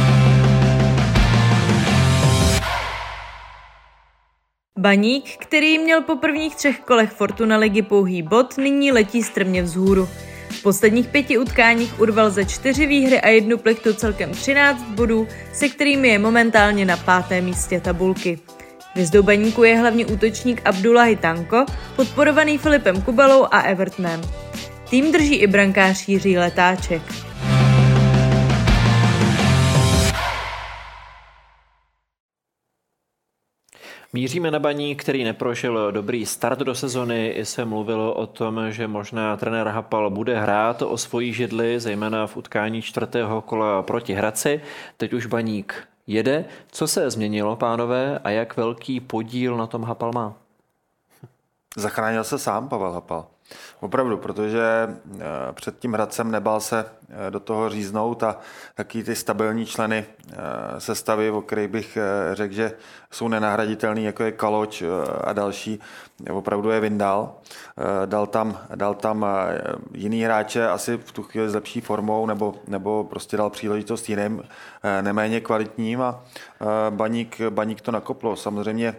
Baník, který měl po prvních 3 kolech Fortuna ligy pouhý bod, nyní letí strmě vzhůru. V posledních 5 utkáních urval ze 4 výhry a 1 plechtu celkem 13 bodů, se kterými je momentálně na 5. místě tabulky. Hvězdou Baníku je hlavně útočník Abdullahi Tanko, podporovaný Filipem Kubalou a Evertonem. Tým drží i brankář Jiří Letáček. Míříme na Baník, který neprošel dobrý start do sezony. I se mluvilo o tom, že možná trenér Hapal bude hrát o svoji židli, zejména v utkání 4. kola proti Hradci. Teď už Baník jede. Co se změnilo, pánové, a jak velký podíl na tom Hapal má? Zachránil se sám Pavel Hapal. Opravdu, protože před tím Hradcem nebál se do toho říznout a taky ty stabilní členy sestavy, o kterých bych řekl, že jsou nenahraditelný, jako je Kaloč a další, opravdu je vyndal. Dal tam jiný hráče asi v tu chvíli s lepší formou nebo prostě dal příležitost jiným, neméně kvalitním a Baník to nakoplo. Samozřejmě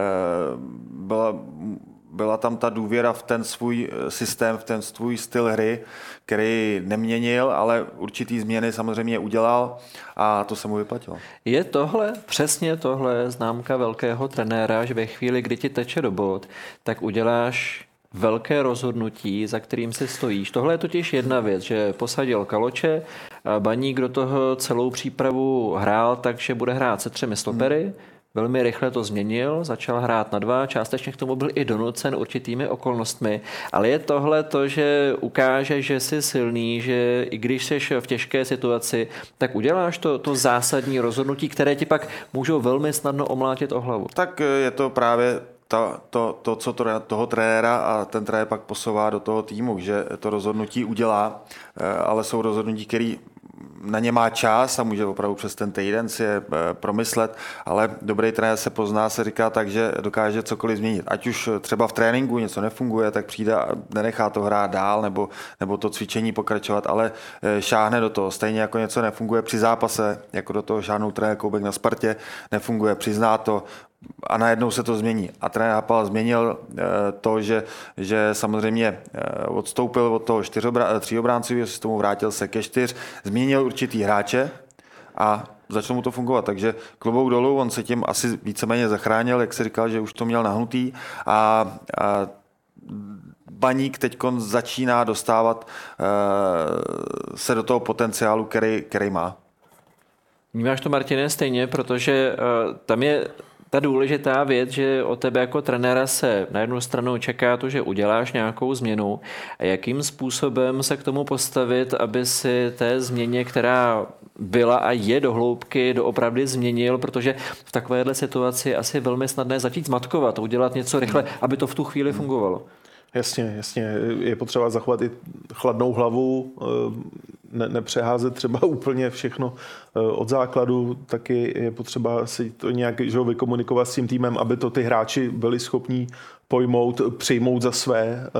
byla tam ta důvěra v ten svůj systém, v ten svůj styl hry, který neměnil, ale určitý změny samozřejmě udělal a to se mu vyplatilo. Je tohle, přesně tohle známka velkého trenéra, že ve chvíli, kdy ti teče do bod, tak uděláš velké rozhodnutí, za kterým si stojíš. Tohle je totiž jedna věc, že posadil Kaloče, Baník do toho celou přípravu hrál, takže bude hrát se 3 stopery, velmi rychle to změnil, začal hrát na 2, částečně k tomu byl i donucen určitými okolnostmi, ale je tohle to, že ukáže, že jsi silný, že i když jsi v těžké situaci, tak uděláš to zásadní rozhodnutí, které ti pak můžou velmi snadno omlátit o hlavu. Tak je to právě to, co toho trenéra a ten trenér pak posouvá do toho týmu, že to rozhodnutí udělá, ale jsou rozhodnutí, které na ně má čas a může opravdu přes ten týden si je promyslet, ale dobrý trenér se pozná, se říká tak, že dokáže cokoliv změnit. Ať už třeba v tréninku něco nefunguje, tak přijde a nenechá to hrát dál nebo to cvičení pokračovat, ale šáhne do toho. Stejně jako něco nefunguje při zápase, jako do toho šáhnout trenér Koubek na Spartě, nefunguje, přizná to, a najednou se to změní. A trenér Hapal změnil to, že samozřejmě odstoupil od toho 3obráncového systému, vrátil se ke 4, změnil určitý hráče a začalo mu to fungovat. Takže klobouk dolů, on se tím asi víceméně zachránil, jak se říkal, že už to měl nahnutý a Baník teď začíná dostávat se do toho potenciálu, který má. Vnímáš to, Martine, stejně, protože tam je ta důležitá věc, že od tebe jako trenéra se na jednu stranu čeká to, že uděláš nějakou změnu a jakým způsobem se k tomu postavit, aby si té změně, která byla a je do hloubky, doopravdy změnil, protože v takovéhle situaci asi velmi snadné začít zmatkovat, udělat něco rychle, aby to v tu chvíli fungovalo. Jasně. Je potřeba zachovat i chladnou hlavu, nepřeházet třeba úplně všechno od základu, taky je potřeba si to nějak vykomunikovat s tím týmem, aby to ty hráči byli schopní pojmout, přijmout za své,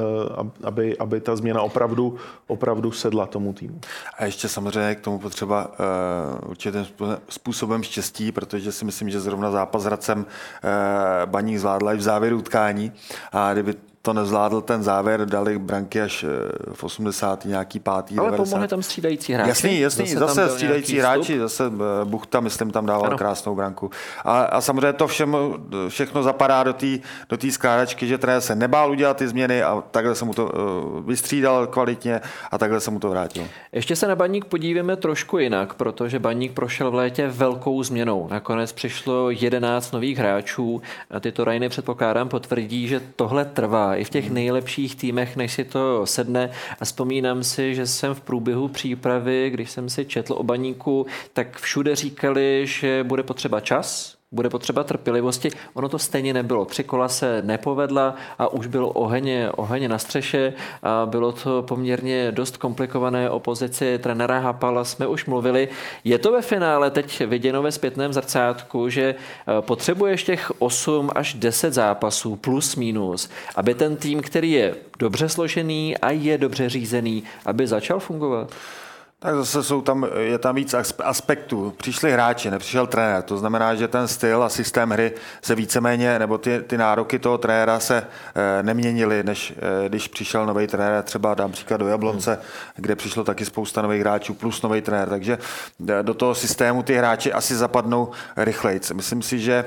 aby ta změna opravdu sedla tomu týmu. A ještě samozřejmě k tomu potřeba určitým způsobem štěstí, protože si myslím, že zrovna zápas s Hradcem Baník zvládla i v závěru utkání a kdyby to nezvládl ten závěr, dali branky až v 80. nějaký 5. Ale 90. pomohli tam střídající hráči. Jasný, zase střídající hráči, zase Buchta, myslím, tam dával krásnou branku. A samozřejmě to všechno zapadá do té skládačky, že trenér se nebál udělat ty změny a takhle se mu to vystřídal kvalitně a takhle se mu to vrátilo. Ještě se na Baník podíváme trošku jinak, protože Baník prošel v létě velkou změnou. Nakonec přišlo 11 nových hráčů. Tyto Rajny, předpokládám, potvrdí, že tohle trvá i v těch nejlepších týmech, než si to sedne. A vzpomínám si, že jsem v průběhu přípravy, když jsem si četl o Baníku, tak všude říkali, že bude potřeba čas, bude potřeba trpělivosti. Ono to stejně nebylo. 3 kola se nepovedla a už byl oheň na střeše a bylo to poměrně dost komplikované. O pozici trenéra Hapala jsme už mluvili. Je to ve finále teď viděno ve zpětném zrcátku, že potřebuješ těch 8 až 10 zápasů plus minus, aby ten tým, který je dobře složený a je dobře řízený, aby začal fungovat? Tak zase je tam víc aspektů. Přišli hráči, nepřišel trenér. To znamená, že ten styl a systém hry se víceméně, nebo ty nároky toho trenéra se neměnily, než když přišel nový trenér, třeba dám příklad do Jablonce, kde přišlo taky spousta nových hráčů plus nový trenér. Takže do toho systému ty hráči asi zapadnou rychleji. Myslím si, že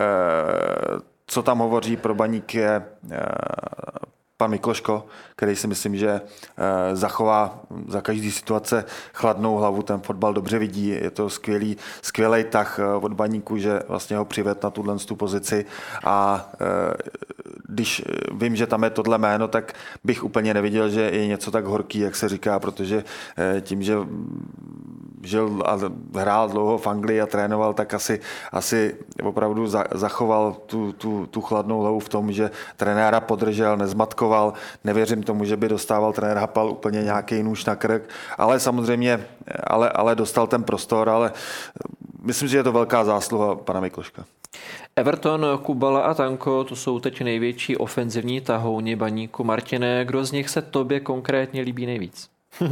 co tam hovoří pro Baník je pan Mikloško, který si myslím, že zachová za každý situace chladnou hlavu, ten fotbal dobře vidí, je to skvělý tah od Baníku, že vlastně ho přived na tuhle pozici a když vím, že tam je tohle jméno, tak bych úplně neviděl, že je něco tak horký, jak se říká, protože tím, že žil a hrál dlouho v Anglii a trénoval, tak asi opravdu zachoval tu chladnou hlavu v tom, že trenéra podržel, nezmatkoval. Nevěřím tomu, že by dostával trenér Hapal úplně nějaký nůž na krk, ale samozřejmě, ale dostal ten prostor, ale myslím, že je to velká zásluha pana Mikloška. Everton, Kubala a Tanko, to jsou teď největší ofenzivní tahouni Baníku. Martine, kdo z nich se tobě konkrétně líbí nejvíc?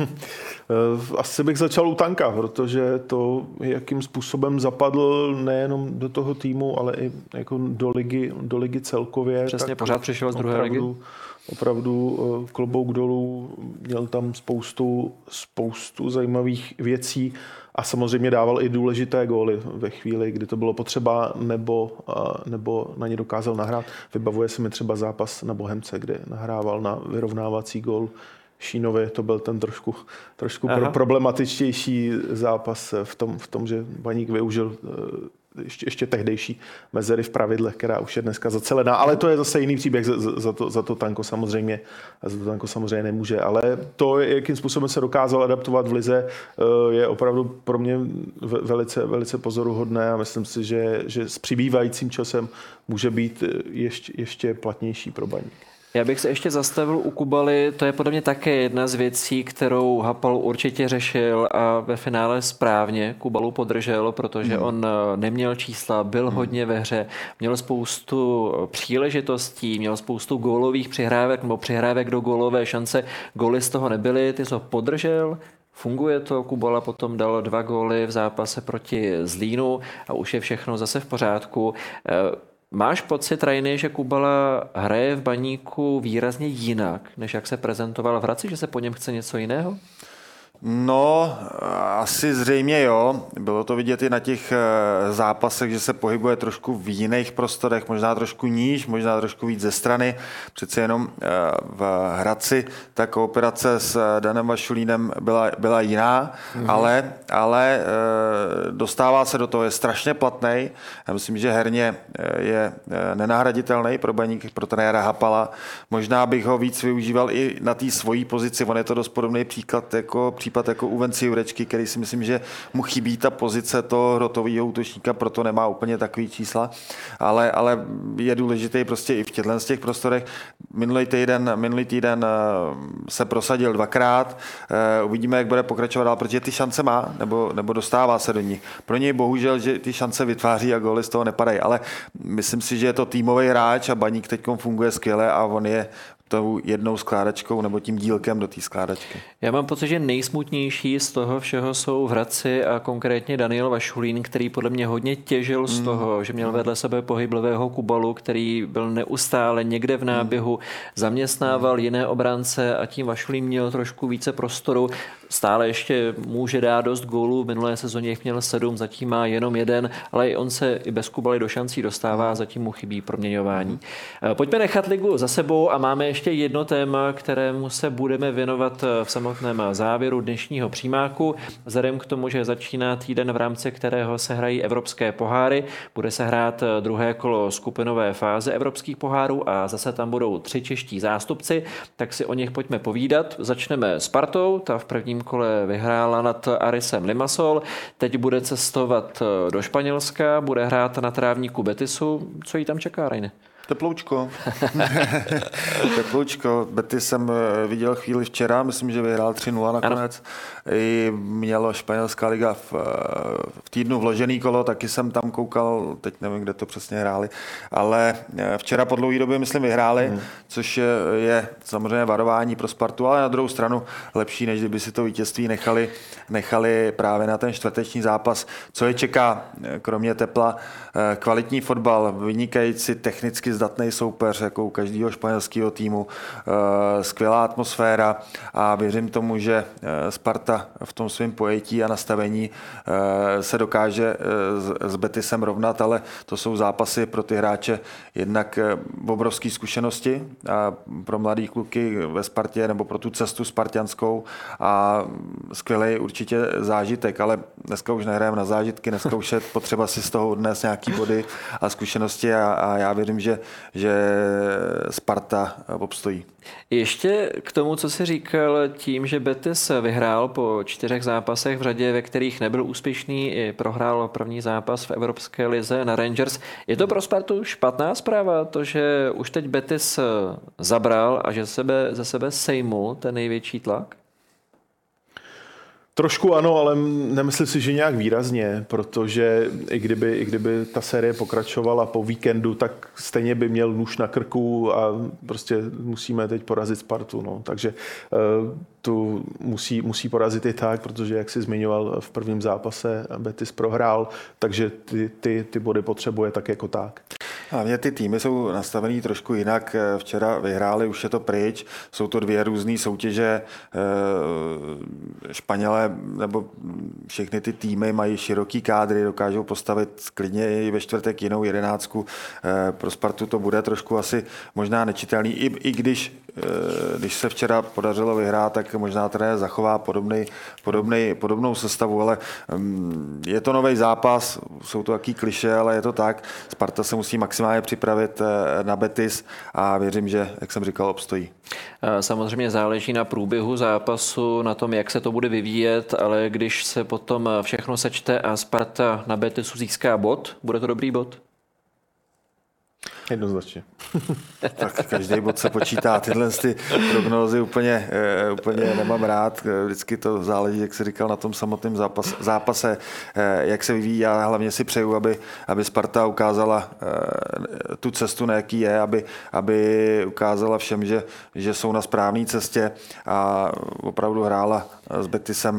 Asi bych začal u Tanka, protože to, jakým způsobem zapadl nejenom do toho týmu, ale i jako do ligy celkově. Přesně, pořád přišel z druhé ligy. Opravdu klobouk dolů, měl tam spoustu zajímavých věcí a samozřejmě dával i důležité góly ve chvíli, kdy to bylo potřeba, nebo na ně dokázal nahrát. Vybavuje se mi třeba zápas na Bohemce, kde nahrával na vyrovnávací gól Šínově, to byl ten trošku problematičtější zápas v tom, že Baník využil ještě tehdejší mezery v pravidlech, která už je dneska zacelená, ale to je zase jiný příběh, za to Tanko samozřejmě nemůže, ale to, jakým způsobem se dokázal adaptovat v lize, je opravdu pro mě velice pozoruhodné a myslím si, že s přibývajícím časem může být ještě platnější pro Baník. Já bych se ještě zastavil u Kubaly, to je podle mě také jedna z věcí, kterou Hapal určitě řešil a ve finále správně Kubalu podržel, protože on neměl čísla, byl hodně ve hře, měl spoustu příležitostí, měl spoustu gólových přihrávek nebo přihrávek do gólové šance, góly z toho nebyly, ty jsi ho podržel. Funguje to, Kubala potom dal 2 góly v zápase proti Zlínu a už je všechno zase v pořádku. Máš pocit, Rajny, že Kubala hraje v Baníku výrazně jinak, než jak se prezentoval v Hradci, že se po něm chce něco jiného? No, asi zřejmě jo. Bylo to vidět i na těch zápasech, že se pohybuje trošku v jiných prostorech, možná trošku níž, možná trošku víc ze strany. Přece jenom v Hradci ta kooperace s Danem Vašulínem byla jiná, ale dostává se do toho, je strašně platnej. Já myslím, že herně je nenahraditelný pro Baník, pro trenéra Hapala. Možná bych ho víc využíval i na té svojí pozici. On je to dost podobný případ jako u Venci Jurečky, který si myslím, že mu chybí ta pozice toho hrotového útočníka, proto nemá úplně takový čísla, ale je důležitý prostě i v těchto z těch prostorech. Minulý týden se prosadil 2krát, uvidíme, jak bude pokračovat dál, protože ty šance má, nebo dostává se do nich. Pro něj bohužel, že ty šance vytváří a góly z toho nepadají, ale myslím si, že je to týmový hráč a Baník teď funguje skvěle a on je tou jednou skládačkou nebo tím dílkem do té skládačky. Já mám pocit, že nejsmutnější z toho všeho jsou v Hradci a konkrétně Daniel Vašulín, který podle mě hodně těžil z toho, že měl vedle sebe pohyblivého Kubalu, který byl neustále někde v náběhu, zaměstnával jiné obránce a tím Vašulín měl trošku více prostoru. Stále ještě může dát dost gólů, v minulé sezóně jich měl 7, zatím má jenom 1, ale i on se i bez Kubaly do šancí dostává, zatím mu chybí proměňování. Pojďme nechat ligu za sebou a máme ještě jedno téma, kterému se budeme věnovat v samotném závěru dnešního přímáku. Vzhledem k tomu, že začíná týden, v rámci kterého se hrají evropské poháry, bude se hrát druhé kolo skupinové fáze evropských pohárů a zase tam budou 3 čeští zástupci, tak si o nich pojďme povídat. Začneme Spartou, ta v prvním kole vyhrála nad Arisem Limassol, teď bude cestovat do Španělska, bude hrát na trávníku Betisu. Co jí tam čeká, Rajne? Teploučko. Betis jsem viděl chvíli včera, myslím, že vyhrál 3-0 nakonec. I mělo španělská liga v týdnu vložený kolo, taky jsem tam koukal, teď nevím, kde to přesně hráli, ale včera po dlouhé době, myslím, vyhráli, což je samozřejmě varování pro Spartu, ale na druhou stranu lepší, než kdyby si to vítězství nechali právě na ten čtvrteční zápas. Co je čeká, kromě tepla, kvalitní fotbal, vynikající technicky zdatný soupeř, jako u každého španělského týmu, skvělá atmosféra a věřím tomu, že Sparta v tom svém pojetí a nastavení se dokáže s Betisem rovnat, ale to jsou zápasy pro ty hráče jednak obrovské zkušenosti a pro mladý kluky ve Spartě nebo pro tu cestu spartianskou a skvělý určitě zážitek, ale dneska už nehrajeme na zážitky, dneska už je potřeba si z toho odnést nějaký body a zkušenosti a já věřím, že Sparta obstojí. Ještě k tomu, co jsi říkal, tím, že Betis vyhrál po 4 zápasech v řadě, ve kterých nebyl úspěšný, i prohrál první zápas v Evropské lize na Rangers. Je to pro Spartu špatná zpráva, to, že už teď Betis zabral a že ze sebe sejmul ten největší tlak? Trošku ano, ale nemyslím si, že nějak výrazně, protože i kdyby ta série pokračovala po víkendu, tak stejně by měl nůž na krku a prostě musíme teď porazit Spartu. No. Takže tu musí porazit i tak, protože jak jsi zmiňoval v prvním zápase, Betis prohrál, takže ty body potřebuje tak jako tak. Hlavně ty týmy jsou nastavený trošku jinak. Včera vyhráli, už je to pryč. Jsou to 2 různé soutěže. Španělé nebo všechny ty týmy mají široký kádry, dokážou postavit klidně i ve čtvrtek jinou 11. Pro Spartu to bude trošku asi možná nečitelný, i když když se včera podařilo vyhrát, tak možná trenér zachová podobnou sestavu, ale je to nový zápas, jsou to taký klišé, ale je to tak. Sparta se musí maximálně připravit na Betis a věřím, že, jak jsem říkal, obstojí. Samozřejmě záleží na průběhu zápasu, na tom, jak se to bude vyvíjet, ale když se potom všechno sečte a Sparta na Betisu získá bod, bude to dobrý bod? Jednoznačně. Tak každý bod se počítá. Tyhle prognózy úplně nemám rád. Vždycky to záleží, jak se říkal, na tom samotném zápase, jak se vyvíjí. Já hlavně si přeju, aby Sparta ukázala tu cestu, na jaký je, aby ukázala všem, že jsou na správné cestě a opravdu hrála s Betisem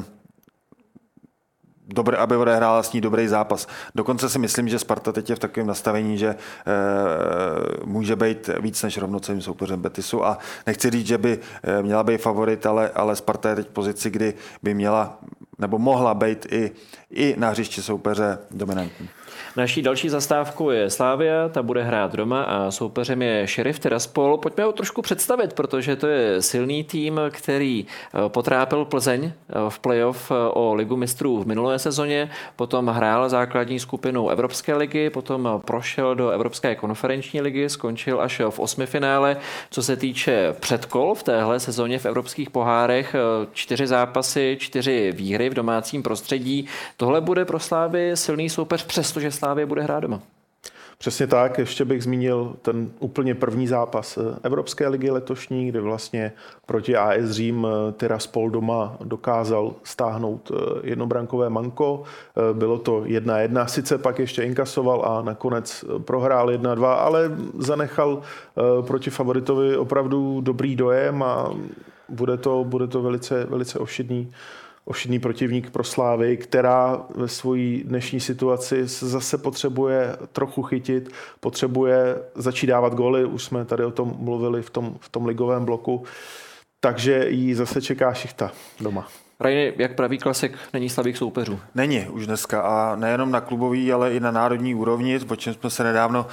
aby odehrála s ní dobrý zápas. Dokonce si myslím, že Sparta teď je v takovém nastavení, že může být víc než rovnocenným soupeřem Betisu a nechci říct, že by měla být favorit, ale Sparta je teď v pozici, kdy by měla nebo mohla být i na hřišti soupeře dominantní. Naší další zastávkou je Slavia, ta bude hrát doma a soupeřem je Sheriff Tiraspol. Pojďme ho trošku představit, protože to je silný tým, který potrápil Plzeň v playoff o Ligu mistrů v minulé sezóně, potom hrál základní skupinou Evropské ligy, potom prošel do Evropské konferenční ligy, skončil až v osmifinále. Co se týče předkol v téhle sezóně v evropských pohárech, 4 zápasy, 4 výhry v domácím prostředí. Tohle bude pro Slavii silný soupeř, přestože Slavie bude hrát doma. Přesně tak, ještě bych zmínil ten úplně první zápas Evropské ligy letošní, kdy vlastně proti AS Řím Tiraspol doma dokázal stáhnout jednobrankové manko. Bylo to 1-1, sice pak ještě inkasoval a nakonec prohrál 1-2, ale zanechal proti favoritovi opravdu dobrý dojem a bude to velice ošidný protivník pro Slávy, která ve své dnešní situaci zase potřebuje trochu chytit, potřebuje začít dávat góly, už jsme tady o tom mluvili v tom ligovém bloku, takže jí zase čeká šichta doma. Rajny, jak praví klasik, není slabých soupeřů? Není už dneska a nejenom na klubový, ale i na národní úrovni, o čem jsme se nedávno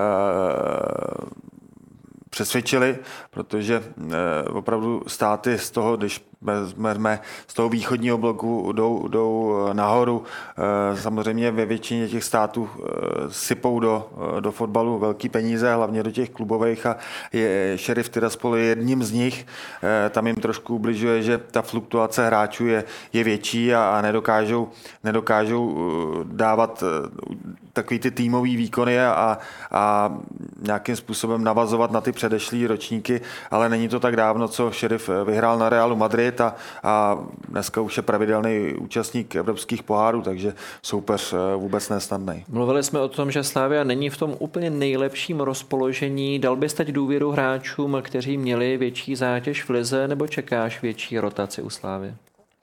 přesvědčili, protože opravdu státy z toho, když vezmeme z toho východního bloku, jdou nahoru. Samozřejmě ve většině těch států sypou do fotbalu velký peníze, hlavně do těch klubových a Sheriff Tiraspol je jedním z nich. Tam jim trošku ubližuje, že ta fluktuace hráčů je větší a nedokážou dávat takový ty týmový výkony a nějakým způsobem navazovat na ty předešlý ročníky, ale není to tak dávno, co Sheriff vyhrál na Realu Madrid a dneska už je pravidelný účastník evropských pohárů, takže soupeř vůbec nesnadný. Mluvili jsme o tom, že Slavia není v tom úplně nejlepším rozpoložení. Dal bys teď důvěru hráčům, kteří měli větší zátěž v lize, nebo čekáš větší rotaci u Slavie?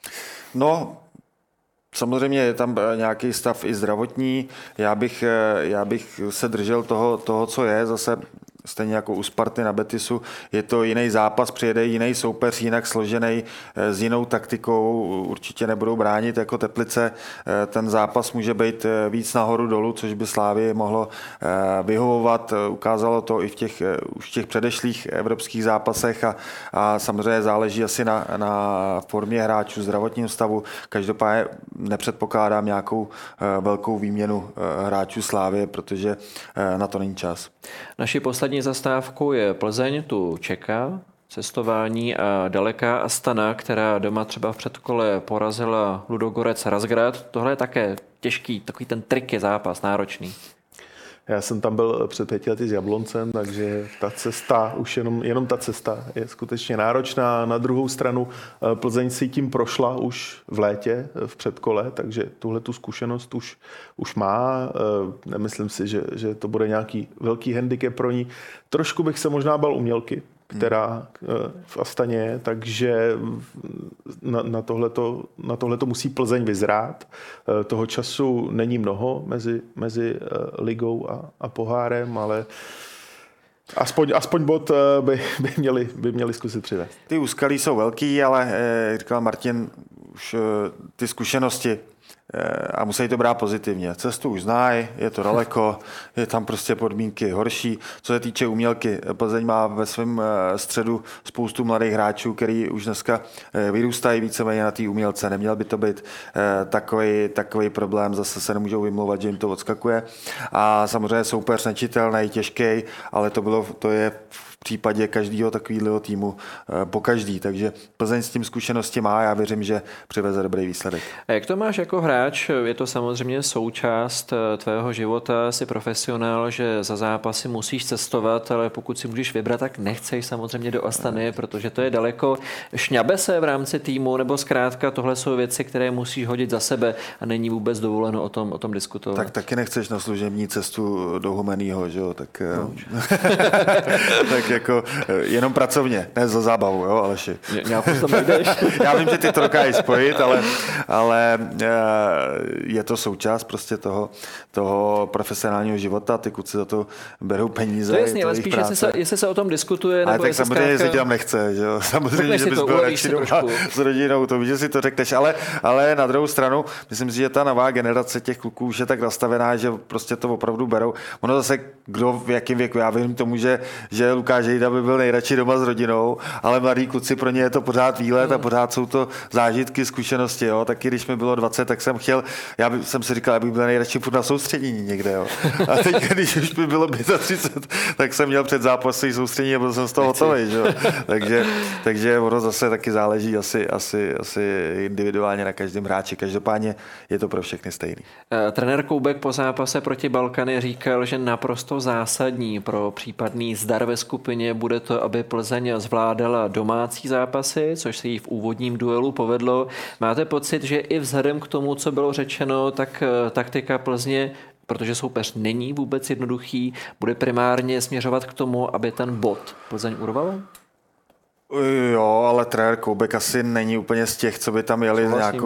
No, samozřejmě je tam nějaký stav i zdravotní. Já bych se držel toho, co je. Zase stejně jako u Sparty na Betisu, je to jiný zápas, přijede jiný soupeř, jinak složený, s jinou taktikou, určitě nebudou bránit jako Teplice. Ten zápas může být víc nahoru dolů, což by Slávii mohlo vyhovovat. Ukázalo to i v těch předešlých evropských zápasech a samozřejmě záleží asi na formě hráčů, zdravotním stavu. Každopádně nepředpokládám nějakou velkou výměnu hráčů Slávie, protože na to není čas. Naši poslední zastávkou je Plzeň, tu čeká cestování a daleká Astana, která doma třeba v předkole porazila Ludogorec Razgrad. Tohle je také těžký, takový ten triky zápas, náročný. Já jsem tam byl před 5 lety s Jabloncem, takže ta cesta, už jenom ta cesta je skutečně náročná. Na druhou stranu Plzeň si tím prošla už v létě, v předkole, takže tuhle tu zkušenost už má. Nemyslím si, že to bude nějaký velký handicap pro ní. Trošku bych se možná bál Umělky, která v Astaně je, takže na tohleto musí Plzeň vyzrát. Toho času není mnoho mezi ligou a pohárem, ale aspoň bod by měli zkusit přivést. Ty úskalí jsou velký, ale říkal Martin, už ty zkušenosti a musí to brát pozitivně. Cestu už znají, je to daleko, je tam prostě podmínky horší. Co se týče umělky, Plzeň má ve svém středu spoustu mladých hráčů, který už dneska vyrůstají víceméně na té umělce. Neměl by to být takový problém, zase se nemůžou vymlouvat, že jim to odskakuje. A samozřejmě soupeř nečitelný, těžký, ale to je v případě každého takového týmu po každý. Takže Plzeň s tím zkušenosti má, já věřím, že přiveze dobrý výsledek. A jak to máš jako hráč? Je to samozřejmě součást tvého života, jsi profesionál, že za zápasy musíš cestovat, ale pokud si můžeš vybrat, tak nechceš samozřejmě do Astany, protože to je daleko. Šňabe se v rámci týmu, nebo zkrátka tohle jsou věci, které musíš hodit za sebe a není vůbec dovoleno o tom diskutovat. Tak taky nechceš na služební cestu do Humenného, že jo? Tak, tak jako jenom pracovně, ne za zábavu, jo, Aleši. Já vím, že ty to dokážeš spojit, ale je to součást prostě toho profesionálního života, ty kluci za to berou peníze. To je jasný, ale spíš, jestli se o tom diskutuje, ale nebo tak samozřejmě se dělat nechce, že jo. Samozřejmě, že bys byl radši doma s rodinou, to víš, že si to řekneš, ale na druhou stranu, myslím si, že ta nová generace těch kluků už je tak nastavená, že prostě to opravdu berou. Ono zase, kdo v jakém věku, já vím tomu, že Lukáš Hejda by byl nejradši doma s rodinou, ale mladí kluci, pro ně je to pořád výlet a pořád jsou to zážitky, zkušenosti, jo. Taky když mi bylo 20, tak jsem jsem si říkal, abych byl nejradši furt na soustředění někde, jo. A teď, když už by bylo 35, tak jsem měl před zápasy soustředění a byl jsem z toho hotový, jo. Takže ono zase taky záleží asi individuálně na každém hráči. Každopádně je to pro všechny stejný. Trenér Koubek po zápase proti Balkany říkal, že naprosto zásadní pro případný zdar ve skupině bude to, aby Plzeň zvládala domácí zápasy, což se jí v úvodním duelu povedlo. Máte pocit, že i vzhledem k tomu, co bylo řečeno, tak taktika Plzně, protože soupeř není vůbec jednoduchý, bude primárně směřovat k tomu, aby ten bod Plzeň urvala? Jo, ale trenér Koubek asi není úplně z těch, co by tam jeli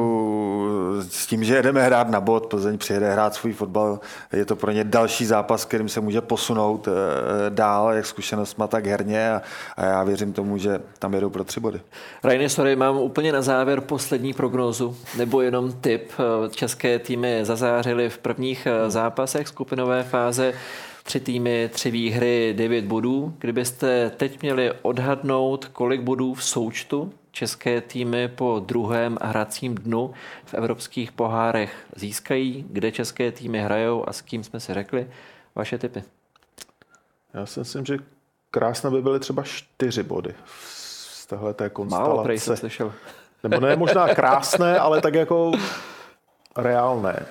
s tím, že jedeme hrát na bod, Plzeň přijede hrát svůj fotbal, je to pro ně další zápas, kterým se může posunout dál, jak zkušenostma, tak herně a já věřím tomu, že tam jedou pro 3 body. Rajny, sorry, mám úplně na závěr poslední prognózu, nebo jenom tip. České týmy zazářily v prvních zápasech skupinové fáze. 3 týmy, 3 výhry, 9 bodů. Kdybyste teď měli odhadnout, kolik bodů v součtu české týmy po druhém hracím dnu v evropských pohárech získají, kde české týmy hrajou a s kým jsme si řekli, vaše tipy? Já si myslím, že krásné by byly třeba 4 body z téhleté konstelace. Málo, prej jsem slyšel. Nebo ne možná krásné, ale tak jako reálné.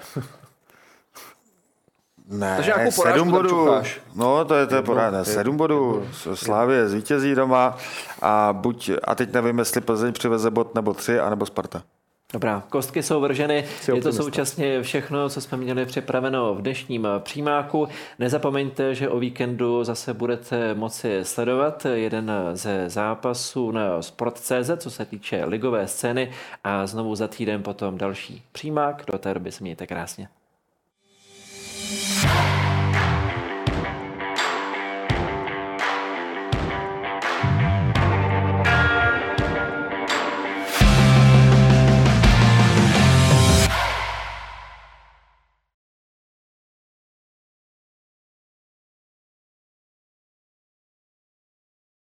Ne, 7 bodů. No, to je pořádné. 7 bodů. Slávě zvítězí doma a teď nevím, jestli Plzeň přiveze bod nebo 3, anebo Sparta. Dobrá, kostky jsou vrženy, je to současně všechno, co jsme měli připraveno v dnešním přímáku. Nezapomeňte, že o víkendu zase budete moci sledovat jeden ze zápasů na Sport.cz, co se týče ligové scény a znovu za týden potom další přímák. Do té doby se mějte krásně.